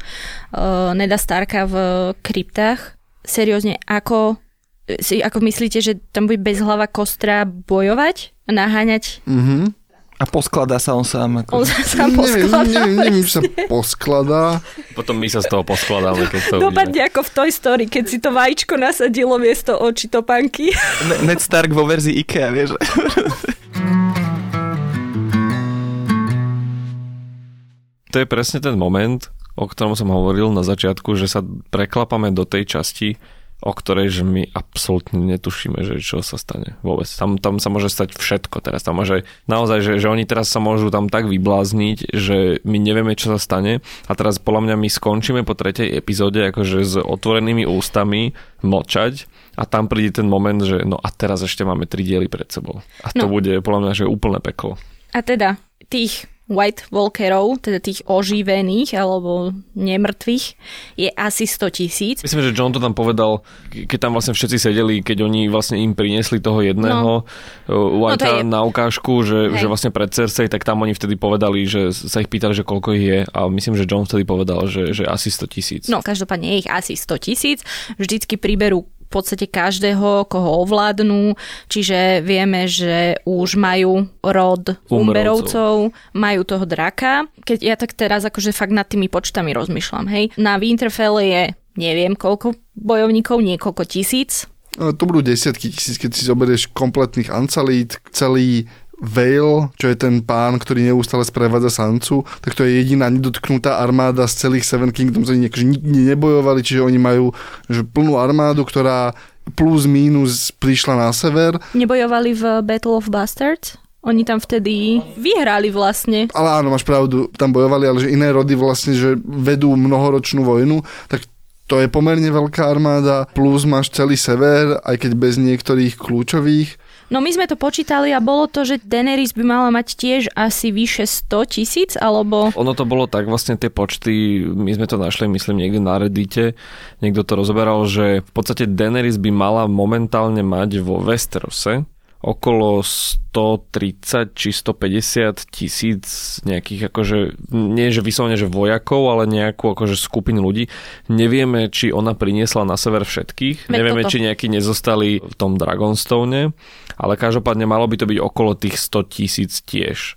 Neda Starka v kryptách, seriózne, ako myslíte, že tam bude bezhlava kostra bojovať a naháňať? A poskladá sa on sám. On sa sám poskladá. Neviem, že sa poskladá. Potom my sa z toho poskladáme, keď to dopadne ako v Toy Story, keď si to vajíčko nasadilo miesto očí topánky. Ned Stark vo verzii IKEA, vieš. To je presne ten moment, o ktorom som hovoril na začiatku, že sa preklapame do tej časti, o ktorej že my absolútne netušíme, že čo sa stane vôbec. Tam sa môže stať všetko teraz. Tam môže naozaj, že oni teraz sa môžu tam tak vyblázniť, že my nevieme, čo sa stane. A teraz podľa mňa my skončíme po 3. epizóde akože s otvorenými ústami mlčať a tam príde ten moment, že no a teraz ešte máme 3 diely pred sebou. A to bude podľa mňa, že úplne peklo. A teda tých White Walkerov, teda tých oživených alebo nemrtvých, je asi 100,000. Myslím, že John to tam povedal, keď tam vlastne všetci sedeli, keď oni vlastne im priniesli toho jedného Whitea na ukážku, že vlastne pred Cersei, tak tam oni vtedy povedali, že sa ich pýtali, že koľko ich je a myslím, že John vtedy povedal, že asi 100,000. No, každopádne je ich asi 100,000. Vždycky priberú v podstate každého, koho ovládnu, čiže vieme, že už majú rod Umberovcov, majú toho draka. Keď ja tak teraz akože fakt nad tými počtami rozmýšľam, hej. Na Winterfelle je neviem koľko bojovníkov, niekoľko tisíc. To budú desiatky tisíc, keď si zoberieš kompletných Unsullied, celý Vale, čo je ten pán, ktorý neustále sprevádza Sansu, tak to je jediná nedotknutá armáda z celých Seven Kingdoms, oni nikdy nebojovali, čiže oni majú že plnú armádu, ktorá plus mínus prišla na sever. Nebojovali v Battle of Bastards? Oni tam vtedy vyhrali vlastne. Ale áno, máš pravdu, tam bojovali, ale že iné rody vlastne, že vedú mnohoročnú vojnu, tak to je pomerne veľká armáda, plus máš celý sever, aj keď bez niektorých kľúčových. No my sme to počítali a bolo to, že Daenerys by mala mať tiež asi vyše 100,000, alebo... Ono to bolo tak, vlastne tie počty, my sme to našli, myslím, niekde na Reddite, niekto to rozoberal, že v podstate Daenerys by mala momentálne mať vo Westerose okolo 130 či 150 tisíc nejakých akože, nie že vyslovene, že vojakov, ale nejakú akože skupinu ľudí. Nevieme, či ona priniesla na sever všetkých. Nevieme, či nejakí nezostali v tom Dragonstone, ale každopádne malo by to byť okolo tých 100 000 tiež.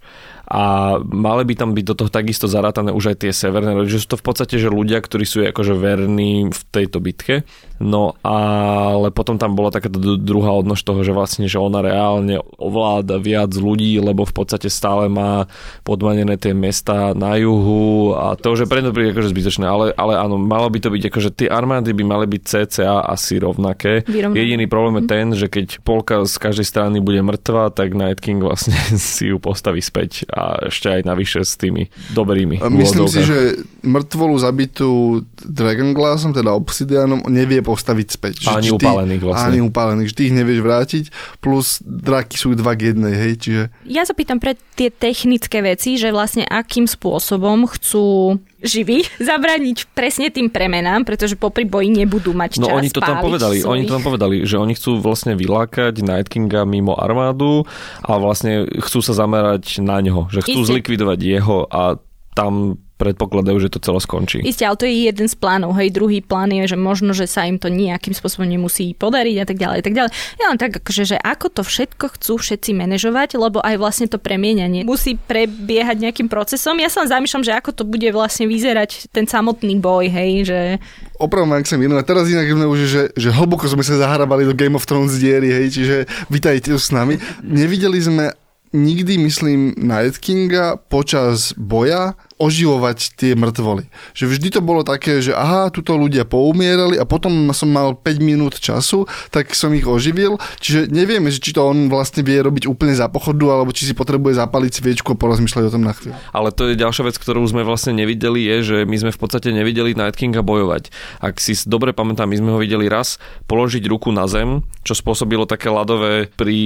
a mali by tam byť do toho takisto zarátané už aj tie severné rody, že sú to v podstate že ľudia, ktorí sú akože verní v tejto bitke. No ale potom tam bola taká druhá odnož toho, že vlastne, že ona reálne ovláda viac ľudí, lebo v podstate stále má podmanené tie mestá na juhu a to už je pre mňa príde akože zbytočné, ale áno, malo by to byť akože tie armády by mali byť cca asi rovnaké. Jediný problém je ten, že keď polka z každej strany bude mŕtva, tak Night King vlastne si ju postaví späť a ešte aj navyše s tými dobrými. Myslím si, že mŕtvolu zabitú Dragonglassom, teda Obsidianom, nevie postaviť späť. Ani upálených vlastne. Ani upálených, že ty ich nevieš vrátiť, plus draky sú 2-1, hej, čiže... Ja sa pýtam pre tie technické veci, že vlastne akým spôsobom chcú živí zabrániť presne tým premenám, pretože popri boji nebudú mať čas oni to tam povedali, že oni chcú vlastne vylákať Night Kinga mimo armádu a vlastne chcú sa zamerať na neho, že chcú zlikvidovať jeho a tam predpokladajú, že to celé skončí. Isté, ale to je jeden z plánov. Hej, druhý plán je, že možno, že sa im to nejakým spôsobom nemusí podariť a tak ďalej, tak ďalej. Ja len tak, akože, že ako to všetko chcú všetci manažovať, lebo aj vlastne to premieňanie musí prebiehať nejakým procesom. Ja sa len zamýšľam, že ako to bude vlastne vyzerať ten samotný boj, hej, že... Opravom, ak som iný. A teraz inak sme už, že hlboko sme sa zahrabali do Game of Thrones diery, hej, čiže vitajte tu s nami. Nevideli sme nikdy, myslím, Night Kinga počas boja oživovať tie mŕtvoly. Že vždy to bolo také, že aha, tuto ľudia poumierali a potom som mal 5 minút času, tak som ich oživil. Čiže nevieme, či to on vlastne vie robiť úplne za pochodu, alebo či si potrebuje zapaliť sviečku a porozmýšľať o tom na chvíľu. Ale to je ďalšia vec, ktorú sme vlastne nevideli, je, že my sme v podstate nevideli Night Kinga bojovať. Ak si dobre pamätám, my sme ho videli raz položiť ruku na zem, čo spôsobilo také ľadové pri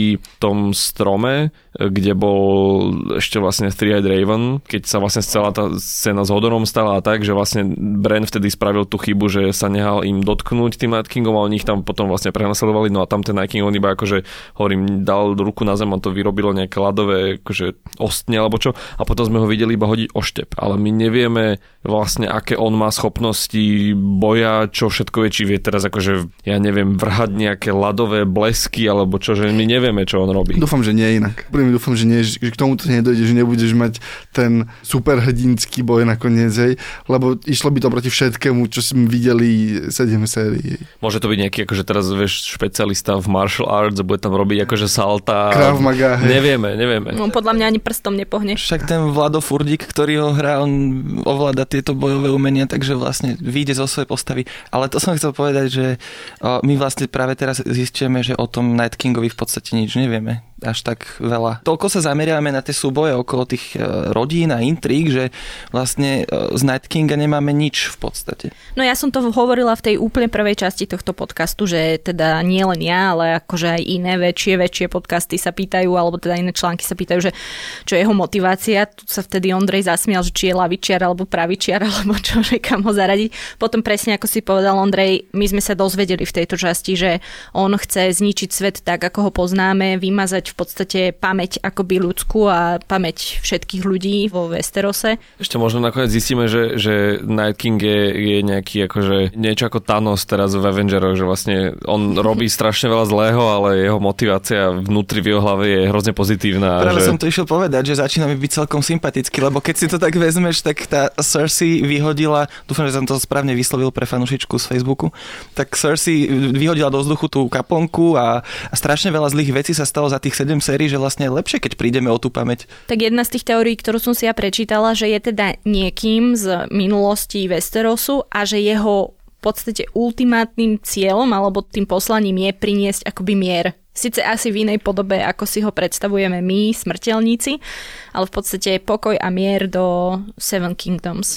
tom strome, kde bol ešte vlastne Three-Eyed Raven, keď sa vlastne celá tá scéna s Hodorom stala a tak, že vlastne Bran vtedy spravil tú chybu, že sa nehal im dotknúť tým Night Kingom a oni ich tam potom vlastne prenasledovali, no a tam ten Night King on iba akože hovorím, dal ruku na zem a to vyrobilo nejaké ľadové akože ostne alebo čo a potom sme ho videli iba hodiť oštep, ale my nevieme vlastne aké on má schopnosti boja, čo všetko vie, či vie teraz akože ja neviem vrhať nejaké ľadové blesky alebo čo, že my nevieme, čo on robí. Dúfam, že nie inak. Dúfam, že nie, že k tomuto nedojde, že nebudeš mať ten superhrdinský boj nakoniec, hej, lebo išlo by to proti všetkému, čo sme videli 7 sérií. Môže to byť nejaký, akože teraz vieš, špecialista v martial arts, bude tam robiť akože salta. Krav Maga, hej. Nevieme. No, podľa mňa ani prstom nepohne. Však ten Vlado Furdík, ktorý ho hrá, on ovláda tieto bojové umenia, takže vlastne vyjde zo svojej postavy. Ale to som chcel povedať, že my vlastne práve teraz zistíme, že o tom Night Kingovi v podstate nič nevieme. Až tak veľa. Toľko sa zameriavame na tie súboje okolo tých rodín a intríg, že vlastne z Night Kinga nemáme nič v podstate. No ja som to hovorila v tej úplne prvej časti tohto podcastu, že teda nie len ja, ale akože aj iné väčšie podcasty sa pýtajú, alebo teda iné články sa pýtajú, že čo je jeho motivácia. Tu sa vtedy Ondrej zasmial, že či je lavičiar alebo pravičiar, alebo čo, že kam ho zaradiť. Potom presne ako si povedal Ondrej, my sme sa dozvedeli v tejto časti, že on chce zničiť svet tak, ako ho poznáme, vymazať v podstate pamäť akoby ľudskú a pamäť všetkých ľudí vo Westerose. Ešte možno nakoniec zistíme, že Night King je nejaký akože niečo ako Thanos teraz v Avengeroch, že vlastne on robí strašne veľa zlého, ale jeho motivácia vnútri v jeho hlave je hrozne pozitívna. Práve som to išiel povedať, že začína mi byť celkom sympatický, lebo keď si to tak vezmeš, tak tá Cersei vyhodila, dúfam, že som to správne vyslovil pre fanúšičku z Facebooku, tak Cersei vyhodila do vzduchu tú kaplnku a strašne veľa zlých vecí sa stalo za tých 7 sérií, že vlastne je lepšie, keď prídeme o tú pamäť. Tak jedna z tých teórií, ktorú som si ja prečítala, že je teda niekým z minulosti Westerosu a že jeho v podstate ultimátnym cieľom alebo tým poslaním je priniesť akoby mier. Sice asi v inej podobe, ako si ho predstavujeme my, smrteľníci, ale v podstate pokoj a mier do Seven Kingdoms.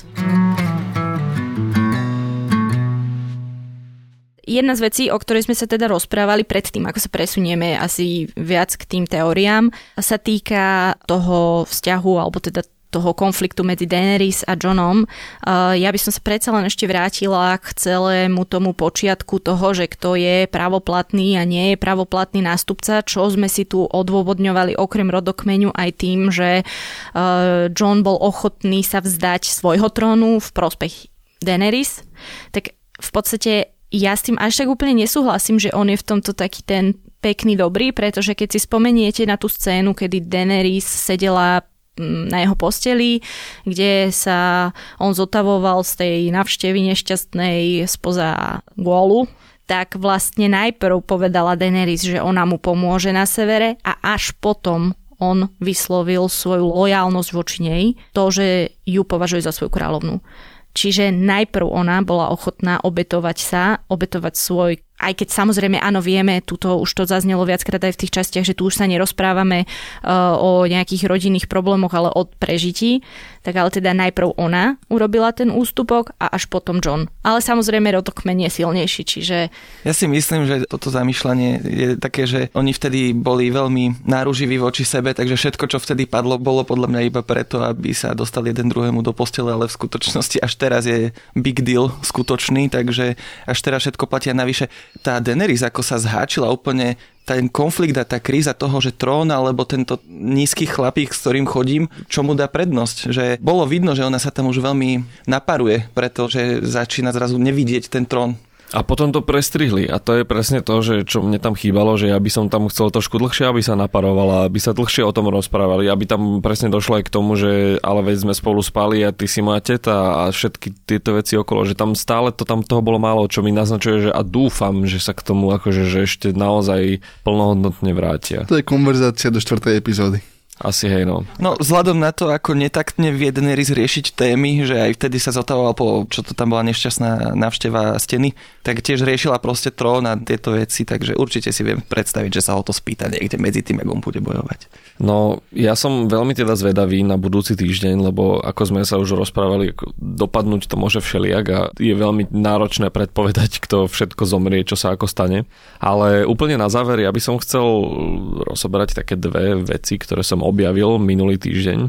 Jedna z vecí, o ktorej sme sa teda rozprávali predtým, ako sa presunieme asi viac k tým teóriám, sa týka toho vzťahu, alebo teda toho konfliktu medzi Daenerys a Johnom. Ja by som sa predsa len ešte vrátila k celému tomu počiatku toho, že kto je pravoplatný a nie je pravoplatný nástupca, čo sme si tu odôvodňovali okrem rodokmeňu aj tým, že John bol ochotný sa vzdať svojho trónu v prospech Daenerys. Tak v podstate ja s tým až tak úplne nesúhlasím, že on je v tomto taký ten pekný dobrý, pretože keď si spomeniete na tú scénu, kedy Daenerys sedela na jeho posteli, kde sa on zotavoval z tej návštevy nešťastnej spoza gólu, tak vlastne najprv povedala Daenerys, že ona mu pomôže na severe a až potom on vyslovil svoju lojálnosť voči nej, to, že ju považuje za svoju kráľovnú. Čiže najprv ona bola ochotná obetovať svoj, aj keď samozrejme áno, vieme, tuto už to zaznelo viackrát aj v tých častiach, že tu už sa nerozprávame o nejakých rodinných problémoch, ale o prežití, tak ale teda najprv ona urobila ten ústupok a až potom Jon. Ale samozrejme rodokmen je silnejší, čiže... Ja si myslím, že toto zamýšľanie je také, že oni vtedy boli veľmi náruživí voči sebe, takže všetko, čo vtedy padlo, bolo podľa mňa iba preto, aby sa dostali jeden druhému do postele, ale v skutočnosti až teraz je big deal skutočný, takže až teraz všetko platia navyše. Tá Daenerys, ako sa zháčila úplne, ten konflikt a tá kríza toho, že trón alebo tento nízky chlapík, s ktorým chodím, čo mu dá prednosť. Že bolo vidno, že ona sa tam už veľmi naparuje, pretože začína zrazu nevidieť ten trón. A potom to prestrihli a to je presne to, že čo mne tam chýbalo, že ja by som tam chcel trošku dlhšie, aby sa naparovala, aby sa dlhšie o tom rozprávali, aby tam presne došlo aj k tomu, že ale veď sme spolu spali a ty si moja teta a všetky tieto veci okolo, že tam stále tam toho bolo málo, čo mi naznačuje, že a dúfam, že sa k tomu akože že ešte naozaj plnohodnotne vrátia. To je konverzácia do 4. epizódy. Asi hej, no. No, vzhľadom na to, ako netaktne vie Daenerys riešiť témy, že aj vtedy sa zotavoval po, čo to tam bola nešťastná návšteva steny, tak tiež riešila proste trón a tieto veci, takže určite si viem predstaviť, že sa o to spýta niekde medzi tým, ako on bude bojovať. No, ja som veľmi teda zvedavý na budúci týždeň, lebo ako sme sa už rozprávali, dopadnúť to môže všelijak a je veľmi náročné predpovedať, kto všetko zomrie, čo sa ako stane. Ale úplne na záver, ja by som chcel rozoberať také dve veci, ktoré som objavil minulý týždeň.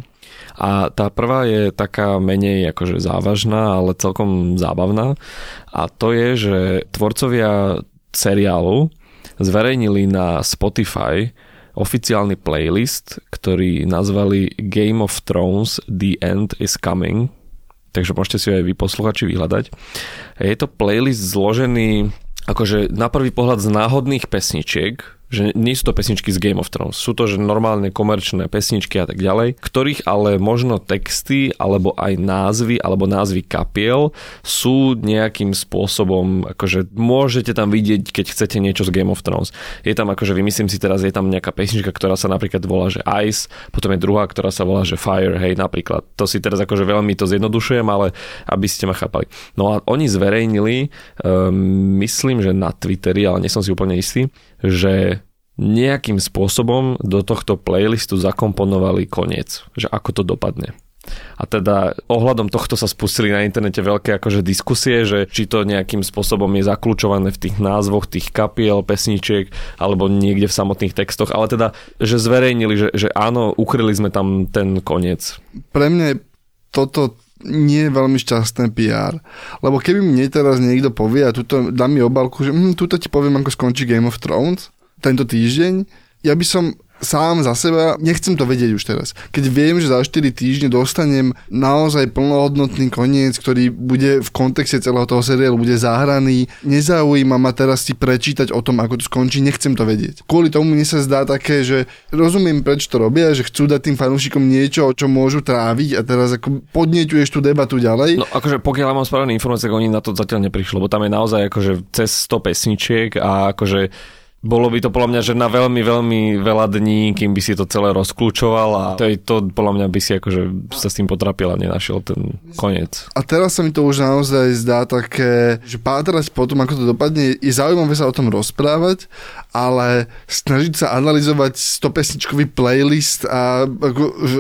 A tá prvá je taká menej akože závažná, ale celkom zábavná. A to je, že tvorcovia seriálu zverejnili na Spotify oficiálny playlist, ktorý nazvali Game of Thrones The End is Coming. Takže môžete si ho aj vy posluchači vyhľadať. Je to playlist zložený akože na prvý pohľad z náhodných pesničiek, že nie sú to pesničky z Game of Thrones, sú to že normálne komerčné pesničky a tak ďalej, ktorých ale možno texty alebo aj názvy alebo názvy kapiel sú nejakým spôsobom, akože môžete tam vidieť, keď chcete niečo z Game of Thrones. Je tam akože, vymyslím si teraz, je tam nejaká pesnička, ktorá sa napríklad volá, že Ice, potom je druhá, ktorá sa volá, že Fire, hej, napríklad. To si teraz akože veľmi to zjednodušujem, ale aby ste ma chápali. No a oni zverejnili, myslím, že na Twitteri, ale nie som si úplne istý, že nejakým spôsobom do tohto playlistu zakomponovali koniec, že ako to dopadne. A teda ohľadom tohto sa spustili na internete veľké akože diskusie, že či to nejakým spôsobom je zakľúčované v tých názvoch tých kapiel, pesničiek alebo niekde v samotných textoch, ale teda, že zverejnili, že áno, ukryli sme tam ten koniec. Pre mňa je toto nie je veľmi šťastné PR. Lebo keby mne teraz niekto povie a tuto dá mi obálku, že tuto ti poviem, ako skončí Game of Thrones tento týždeň, ja by som sám za seba, nechcem to vedieť už teraz. Keď viem, že za 4 týždne dostanem naozaj plnohodnotný koniec, ktorý bude v kontexte celého toho seriálu, bude zahraný, nezaujíma ma teraz si prečítať o tom, ako to skončí, nechcem to vedieť. Kvôli tomu mne sa zdá také, že rozumiem, prečo to robia, že chcú dať tým fanúšikom niečo, čo môžu tráviť a teraz ako podnieťuješ tú debatu ďalej. No akože pokiaľ mám správne informácie, oni na to zatiaľ neprišli, lebo tam je naozaj akože cez 100 pesničiek a akože bolo by to podľa mňa, že na veľmi, veľmi veľa dní, kým by si to celé rozklúčoval a to podľa mňa by si akože sa s tým potrapil a nenašiel ten koniec. A teraz sa mi to už naozaj zdá také, že pátrať po tom, ako to dopadne, je zaujímavé sa o tom rozprávať, ale snažiť sa analyzovať 100-pesničkový playlist a ako,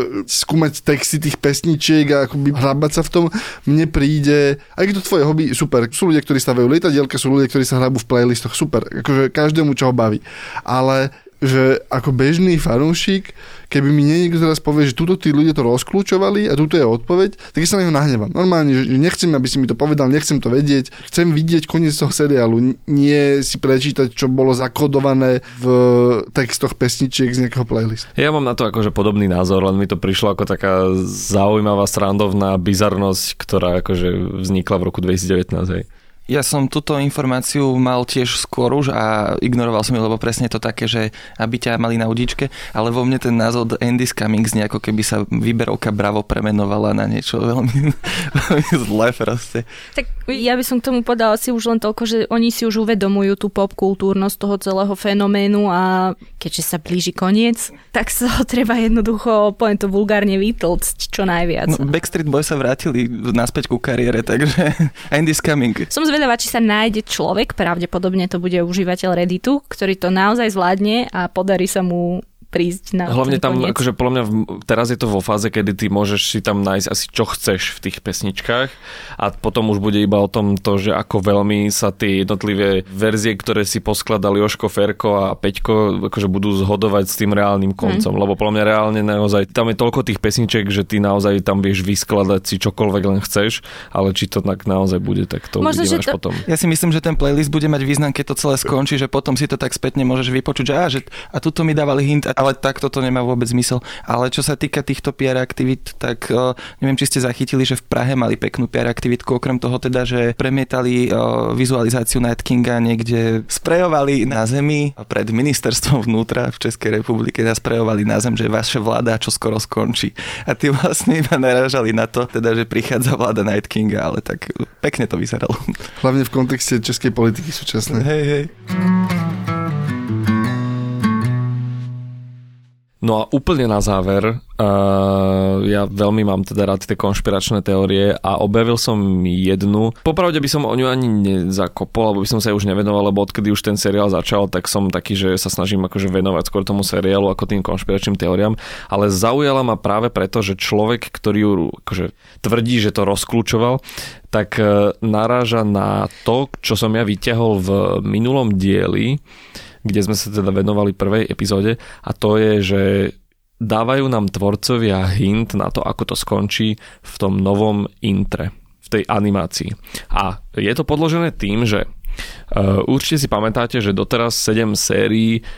skúmať texty tých pesničiek a akoby hrabať sa v tom, mne príde, aj keď to tvoje hobby, super. Sú ľudia, ktorí stavajú lietadielka, sú ľudia, ktorí sa hrabú v playlistoch, super. Akože každému, čo ho baví. Ale že ako bežný fanúšik, keby mi niekto teraz povie, že tuto tí ľudia to rozklúčovali a tuto je odpoveď, tak ja sa na neho nahnevám. Normálne, že nechcem, aby si mi to povedal, nechcem to vedieť. Chcem vidieť koniec toho seriálu, nie si prečítať, čo bolo zakodované v textoch pesničiek z nejakého playlistu. Ja mám na to akože podobný názor, len mi to prišlo ako taká zaujímavá, srandovná bizarnosť, ktorá akože vznikla v roku 2019, hej. Ja som túto informáciu mal tiež skôr už a ignoroval som ju, lebo presne to také, že aby ťa mali na udičke, ale vo mne ten názov The End is Coming znie, ako keby sa výberovka Bravo premenovala na niečo veľmi, veľmi zlé proste. Tak ja by som k tomu podala si už len toľko, že oni si už uvedomujú tú popkultúrnosť toho celého fenoménu a keďže sa blíži koniec, tak sa ho treba jednoducho, poviem to vulgárne, vytlcť čo najviac. No, Backstreet Boys sa vrátili naspäť ku kariére, takže End is Coming. Som zvedavá, či sa nájde človek, pravdepodobne to bude užívateľ Redditu, ktorý to naozaj zvládne a podarí sa mu prísť na hlavne tam, koniec. akože podľa mňa teraz je to vo fáze, kedy ty môžeš si tam nájsť asi čo chceš v tých pesničkách a potom už bude iba o tom to, že ako veľmi sa tie jednotlivé verzie, ktoré si poskladali Jožko, Ferko a Peťko, akože budú zhodovať s tým reálnym koncom, lebo podľa mňa reálne naozaj tam je toľko tých pesničiek, že ty naozaj tam vieš vyskladať si čokoľvek len chceš, ale či to tak naozaj bude, tak to možno, uvidíme až potom. Ja si myslím, že ten playlist bude mať význam, keď to celé skončí, že potom si to tak spätne môžeš vypočuť, že a tuto mi dávali hint, ale takto to nemá vôbec zmysel. Ale čo sa týka týchto PR aktivít, tak neviem, či ste zachytili, že v Prahe mali peknú PR aktivitku, okrem toho teda, že premietali vizualizáciu Night Kinga, niekde sprejovali na zemi a pred ministerstvom vnútra v Českej republike sprejovali na zem, že vaša vláda čo skoro skončí. A tí vlastne iba narážali na to, teda, že prichádza vláda Night Kinga, ale tak pekne to vyzeralo. Hlavne v kontexte českej politiky súčasnej. Hej. No a úplne na záver, ja veľmi mám teda rád tie konšpiračné teórie a objavil som jednu. Popravde by som o ňu ani nezakopol, alebo by som sa jej už nevenoval, lebo odkedy už ten seriál začal, tak som taký, že sa snažím akože venovať skôr tomu seriálu ako tým konšpiračným teóriám, ale zaujala ma práve preto, že človek, ktorý ju akože tvrdí, že to rozklúčoval, tak naráža na to, čo som ja vyťahol v minulom dieli, kde sme sa teda venovali prvej epizóde, a to je, že dávajú nám tvorcovia hint na to, ako to skončí v tom novom intre, v tej animácii. A je to podložené tým, že určite si pamätáte, že doteraz 7 sérií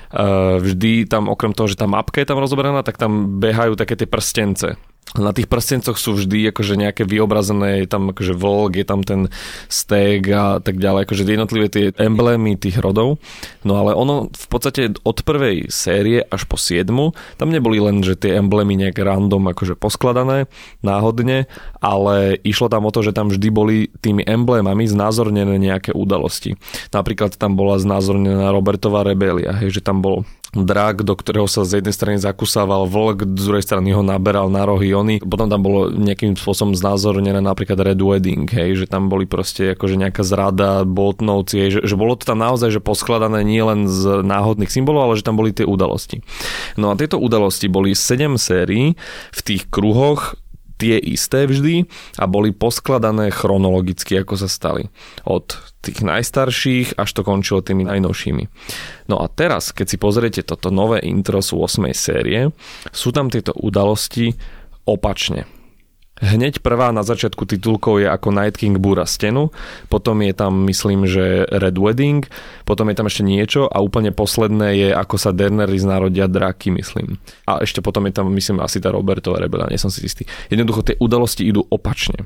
vždy tam, okrem toho, že tá mapka je tam rozoberaná, tak tam behajú také tie prstence. Na tých prstencoch sú vždy akože nejaké vyobrazené, je tam akože vlk, je tam ten stég a tak ďalej, akože jednotlivé tie emblémy tých rodov. No ale ono v podstate od prvej série až po 7 tam neboli len, že tie emblémy nejak random akože poskladané náhodne, ale išlo tam o to, že tam vždy boli tými emblémami znázornené nejaké udalosti. Napríklad tam bola znázornená Robertova rebelia, hej, že tam bol drak, do ktorého sa z jednej strany zakusával vlk, z druhej strany ho naberal na rohy oni. Potom tam bolo nejakým spôsobom znázornené napríklad Red Wedding, hej, že tam boli proste akože nejaká zrada, botnovci, hej, že bolo to tam naozaj že poskladané nie len z náhodných symbolov, ale že tam boli tie udalosti. No a tieto udalosti boli 7 sérií v tých kruhoch, tie isté vždy, a boli poskladané chronologicky, ako sa stali. Od tých najstarších až to končilo tými najnovšími. No a teraz, keď si pozriete toto nové intro z 8. série, sú tam tieto udalosti opačne. Hneď prvá na začiatku titulkov je ako Night King búra stenu, potom je tam, myslím, že Red Wedding, potom je tam ešte niečo a úplne posledné je ako sa Daenerys narodia draky, myslím. A ešte potom je tam, myslím, asi tá Robertova rebelia, nie som si istý. Jednoducho tie udalosti idú opačne.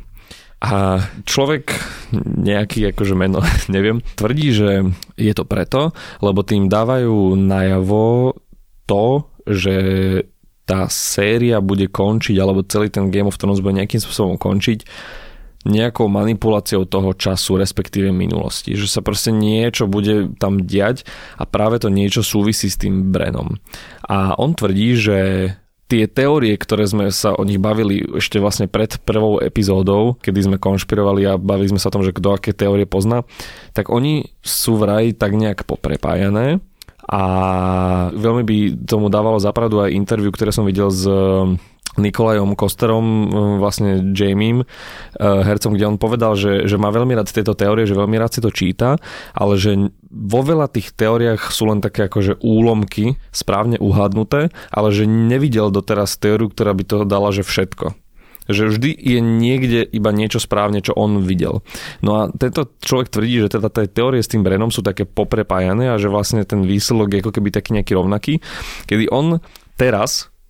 A človek, nejaký akože meno, neviem, tvrdí, že je to preto, lebo tým dávajú najavo to, že tá séria bude končiť, alebo celý ten Game of Thrones bude nejakým spôsobom končiť nejakou manipuláciou toho času, respektíve minulosti. Že sa proste niečo bude tam diať a práve to niečo súvisí s tým Brannom. A on tvrdí, že tie teórie, ktoré sme sa o nich bavili ešte vlastne pred prvou epizódou, kedy sme konšpirovali a bavili sme sa o tom, že kto aké teórie pozná, tak oni sú vraj tak nejak poprepájané. A veľmi by tomu dávalo zapravdu aj interview, ktoré som videl s Nikolajom Kosterom, vlastne Jamiem, hercom, kde on povedal, že má veľmi rád tieto teórie, že veľmi rád si to číta, ale že vo veľa tých teóriách sú len také akože úlomky správne uhádnuté, ale že nevidel doteraz teóriu, ktorá by to dala, že všetko. Že vždy je niekde iba niečo správne, čo on videl. No a tento človek tvrdí, že teda tie teórie s tým Brannom sú také poprepájané a že vlastne ten výsledok je ako keby taký nejaký rovnaký, kedy on teraz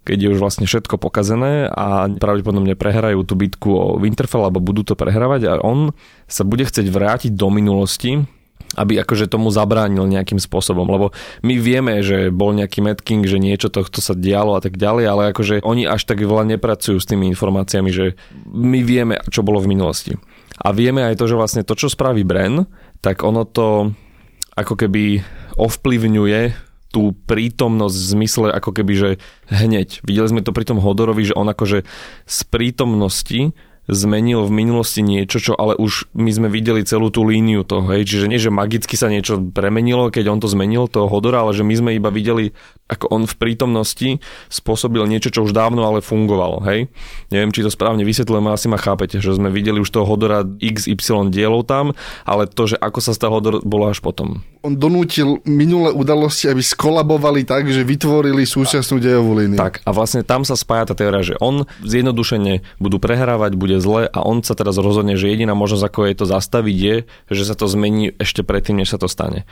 keď je už vlastne všetko pokazené a pravdepodobne prehrajú tú bitku o Winterfell alebo budú to prehrávať a on sa bude chcieť vrátiť do minulosti, aby akože tomu zabránil nejakým spôsobom, lebo my vieme, že bol nejaký Mad King, že niečo tohto sa dialo a tak ďalej, ale akože oni až tak veľa nepracujú s tými informáciami, že my vieme, čo bolo v minulosti. A vieme aj to, že vlastne to, čo spraví Bran, tak ono to ako keby ovplyvňuje tú prítomnosť v zmysle ako keby, že hneď. Videli sme to pri tom Hodorovi, že on akože z prítomnosti zmenil v minulosti niečo, čo ale už my sme videli celú tú líniu toho, hej. Čiže nie, že magicky sa niečo premenilo, keď on to zmenil, toho Hodora, ale že my sme iba videli, ako on v prítomnosti spôsobil niečo, čo už dávno ale fungovalo, hej. Neviem, či to správne vysvetľujem, asi ma chápete, že sme videli už toho Hodora XY dielov tam, ale to, že ako sa stal Hodor, bolo až potom. On donútil minulé udalosti, aby skolabovali tak, že vytvorili súčasnú dejovú líniu. Tak, a vlastne tam sa spája tá teória, že on zjednodušene budú prehrávať, bude zle a on sa teraz rozhodne, že jediná možnosť, ako je to zastaviť, je, že sa to zmení ešte predtým, než sa to stane.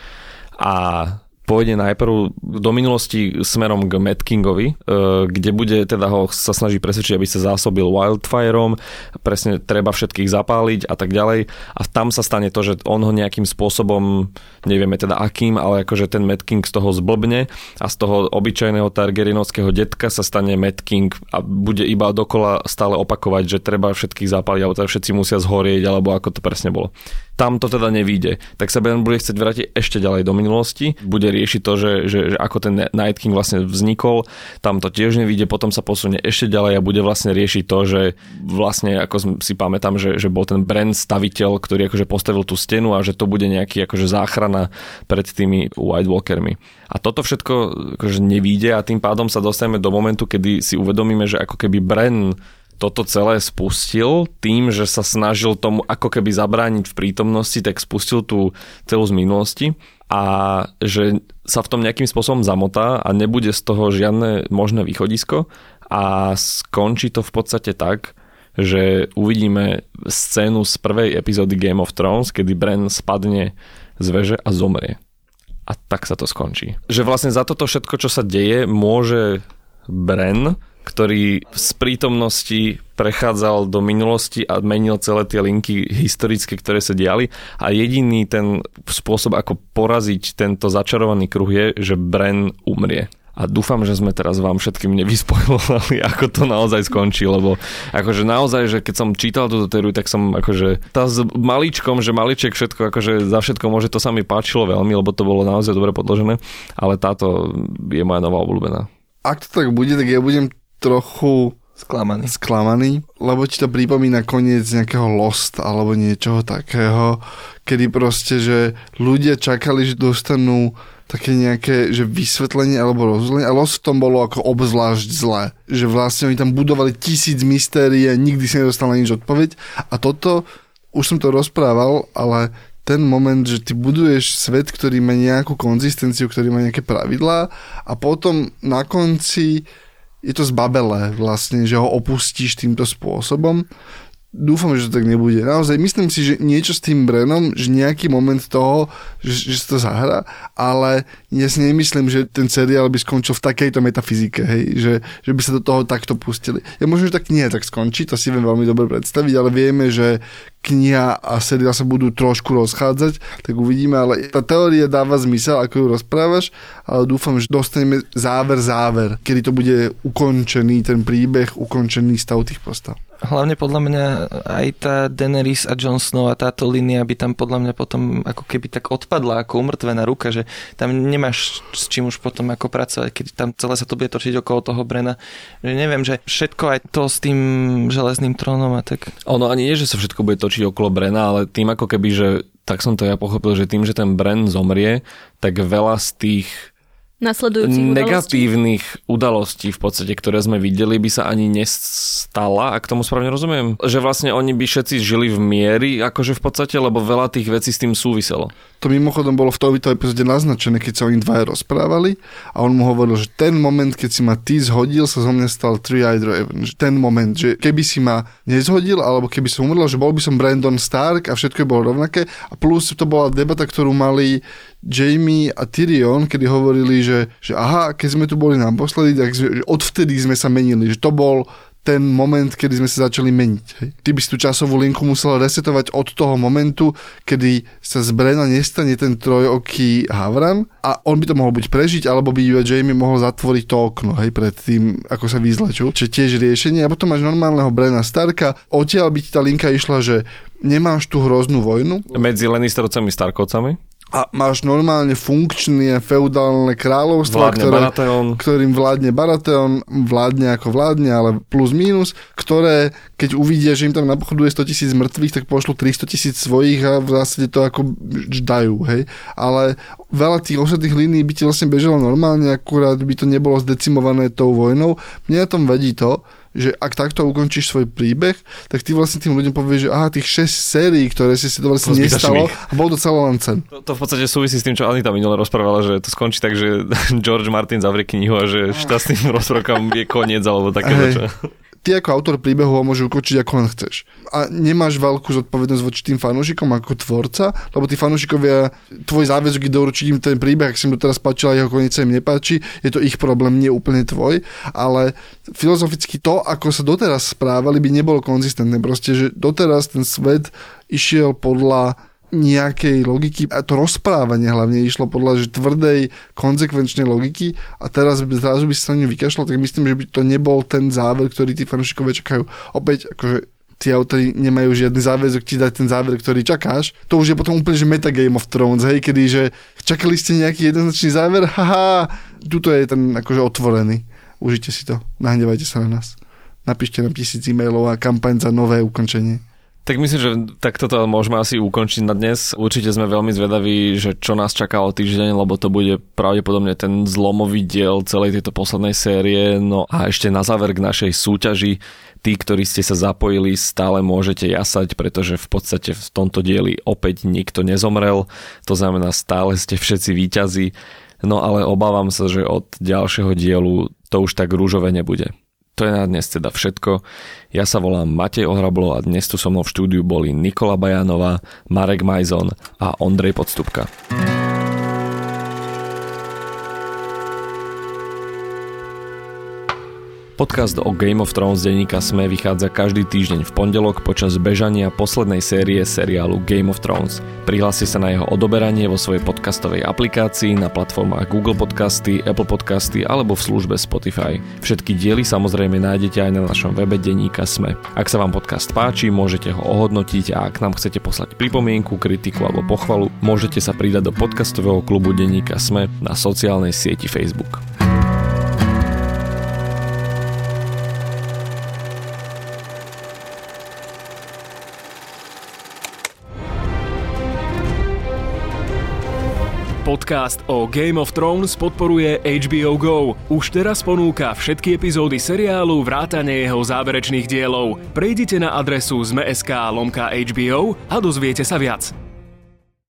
A pôjde najprv do minulosti smerom k Mad Kingovi, kde bude teda ho sa snaží presvedčiť, aby sa zásobil wildfireom, presne treba všetkých zapáliť a tak ďalej. A tam sa stane to, že on ho nejakým spôsobom, nevieme teda akým, ale akože ten Mad King z toho zblbne a z toho obyčajného Targaryenovského detka sa stane Mad King a bude iba dokola stále opakovať, že treba všetkých zapáliť, alebo teda všetci musia zhorieť, alebo ako to presne bolo. Tam to teda nevíde. Tak sa Bran bude chcieť vrátiť ešte ďalej do minulosti, bude riešiť to, že ako ten Night King vlastne vznikol, tam to tiež nevíde, potom sa posunie ešte ďalej a bude vlastne riešiť to, že vlastne, ako si pamätám, že bol ten Bran staviteľ, ktorý akože postavil tú stenu a že to bude nejaký akože záchrana pred tými White Walkermi. A toto všetko akože nevíde a tým pádom sa dostaneme do momentu, kedy si uvedomíme, že ako keby Bran toto celé spustil tým, že sa snažil tomu ako keby zabrániť v prítomnosti, tak spustil tú celú z minulosti a že sa v tom nejakým spôsobom zamotá a nebude z toho žiadne možné východisko a skončí to v podstate tak, že uvidíme scénu z prvej epizódy Game of Thrones, kedy Bran spadne z veže a zomrie. A tak sa to skončí. Že vlastne za toto všetko, čo sa deje, môže Bran, ktorý z prítomnosti prechádzal do minulosti a menil celé tie linky historické, ktoré sa diali a jediný ten spôsob, ako poraziť tento začarovaný kruh je, že Bran umrie. A dúfam, že sme teraz vám všetkým nevyspoilovali, ako to naozaj skončí, lebo akože naozaj, že keď som čítal túto teóriu, tak som akože tá s maličkom, že maliček všetko, akože za všetko môže, to sa mi páčilo veľmi, lebo to bolo naozaj dobre podložené, ale táto je moja nová obľúbená. Ak to tak bude, tak ja budem trochu sklamaný, lebo ti to pripomína koniec nejakého Lost alebo niečoho takého, kedy proste, že ľudia čakali, že dostanú také nejaké, že vysvetlenie alebo rozhodenie a Lost v tom bolo ako obzvlášť zlé, že vlastne oni tam budovali 1000 mystérií a nikdy si nedostal na nič odpoveď a toto, už som to rozprával, ale ten moment, že ty buduješ svet, ktorý má nejakú konzistenciu, ktorý má nejaké pravidlá a potom na konci je to zbabelé vlastne, že ho opustíš týmto spôsobom. Dúfam, že to tak nebude. Naozaj, myslím si, že niečo s tým Branom, že nejaký moment toho, že sa to zahrá, ale ja si nemyslím, že ten seriál by skončil v takejto metafyzike, hej, že by sa do toho takto pustili. Ja možno, že tak nie tak skončí, to si viem veľmi dobre predstaviť, ale vieme, že kniha a seriál sa budú trošku rozchádzať, tak uvidíme, ale tá teória dáva zmysel, ako ju rozprávaš, ale dúfam, že dostaneme záver, kedy to bude ukončený ten príbeh, ukončený stav tých postav. Hlavne podľa mňa aj tá Daenerys a Jon Snow a táto línia by tam podľa mňa potom ako keby tak odpadla ako umrtvená ruka, že tam nemáš s čím už potom ako pracovať, keď tam celé sa to bude točiť okolo toho Brana. Že neviem, že všetko aj to s tým železným trónom a tak. Ono ani nie, že sa všetko bude točiť okolo Brana, ale tým ako keby, že tak som to ja pochopil, že tým, že ten Bran zomrie, tak veľa z tých negatívnych udalostí v podstate, ktoré sme videli, by sa ani nestala, ak tomu správne rozumiem. Že vlastne oni by všetci žili v miery, akože v podstate, lebo veľa tých vecí s tým súviselo. To mimochodom bolo v tej epizóde naznačené, keď sa oni dvaja rozprávali a on mu hovoril, že ten moment, keď si ma ty zhodil, sa zo mňa stal Three-Eyed Raven. Že ten moment, že keby si ma nezhodil, alebo keby som umrel, že bol by som Brandon Stark a všetko bolo rovnaké. A plus to bola debata, ktorú mali Jamie a Tyrion, kedy hovorili, že aha, keď sme tu boli naposledy, tak odvtedy sme sa menili, že to bol ten moment, kedy sme sa začali meniť. Hej. Ty by si tú časovú linku musel resetovať od toho momentu, kedy sa z Brena nestane ten trojoký havran a on by to mohol buď prežiť, alebo by Jamie mohol zatvoriť to okno, hej, pred tým, ako sa vyzlečú. Čiže tiež riešenie. A potom máš normálneho Brena Starka. Odtiaľ by ti tá linka išla, že nemáš tú hroznú vojnu. Medzi Lannisterovcami a Starkovcami? A máš normálne funkčné feudálne kráľovstvo, ktorým vládne Baratheon, vládne ako vládne, ale plus mínus, ktoré, keď uvidia, že im tam napochoduje 100,000 mŕtvych, tak pošlú 300,000 svojich a v zásade to ako dajú, hej. Ale veľa tých ostatných línií by ti vlastne bežalo normálne, akurát by to nebolo zdecimované tou vojnou. Mne na tom vadí to, že ak takto ukončíš svoj príbeh, tak ty vlastne tým ľuďom povieš, že aha, tých 6 sérií, ktoré si to vlastne nestalo, a bol to celé len sen. To v podstate súvisí s tým, čo Anita minule rozprávala, že to skončí tak, že George Martin zavrie knihu a že šťastným rozprávkam je koniec, alebo takéto. Ty ako autor príbehu ho môžeš ukončiť ako len chceš. A nemáš veľkú zodpovednosť voči tým fanúšikom ako tvorca, lebo tí fanúšikovia, tvoj záväzok je doručiť im ten príbeh, ak si im to teraz páčila, jeho koniec sa im nepáči, je to ich problém, nie úplne tvoj, ale filozoficky to, ako sa doteraz správali, by nebolo konzistentné. Proste, že doteraz ten svet išiel podľa nejakej logiky a to rozprávanie hlavne išlo podľa že tvrdej, konzekvenčnej logiky a teraz zrazu by sa na ňu vykašľal, tak myslím, že by to nebol ten záver, ktorý tí fanúšikovia čakajú. Opäť, akože tí autori nemajú žiadny záväzok ti dať ten záver, ktorý čakáš. To už je potom úplne, že meta Game of Thrones, hej, kedy, že čakali ste nejaký jednoznačný záver, haha, tuto je ten akože otvorený. Užite si to, nahnevajte sa na nás. Napíšte nám 1000 e-mailov a kampaň za nové ukončenie. Tak myslím, že takto to môžeme asi ukončiť na dnes. Určite sme veľmi zvedaví, že čo nás čaká o týždeň, lebo to bude pravdepodobne ten zlomový diel celej tejto poslednej série. No a ešte na záver k našej súťaži. Tí, ktorí ste sa zapojili, stále môžete jasať, pretože v podstate v tomto dieli opäť nikto nezomrel. To znamená, stále ste všetci víťazi. No ale obávam sa, že od ďalšieho dielu to už tak rúžové nebude. To je na dnes teda všetko. Ja sa volám Matej Ohrablo a dnes tu so mnou v štúdiu boli Nikola Bajanová, Marek Majzon a Ondrej Podstupka. Podcast o Game of Thrones denníka SME vychádza každý týždeň v pondelok počas bežania poslednej série seriálu Game of Thrones. Prihláste sa na jeho odoberanie vo svojej podcastovej aplikácii na platformách Google Podcasty, Apple Podcasty alebo v službe Spotify. Všetky diely samozrejme nájdete aj na našom webe denníka SME. Ak sa vám podcast páči, môžete ho ohodnotiť a ak nám chcete poslať pripomienku, kritiku alebo pochvalu, môžete sa pridať do podcastového klubu denníka SME na sociálnej sieti Facebook. Podcast o Game of Thrones podporuje HBO Go. Už teraz ponúka všetky epizódy seriálu vrátane jeho záverečných dielov. Prejdite na adresu sme.sk/HBO a dozviete sa viac.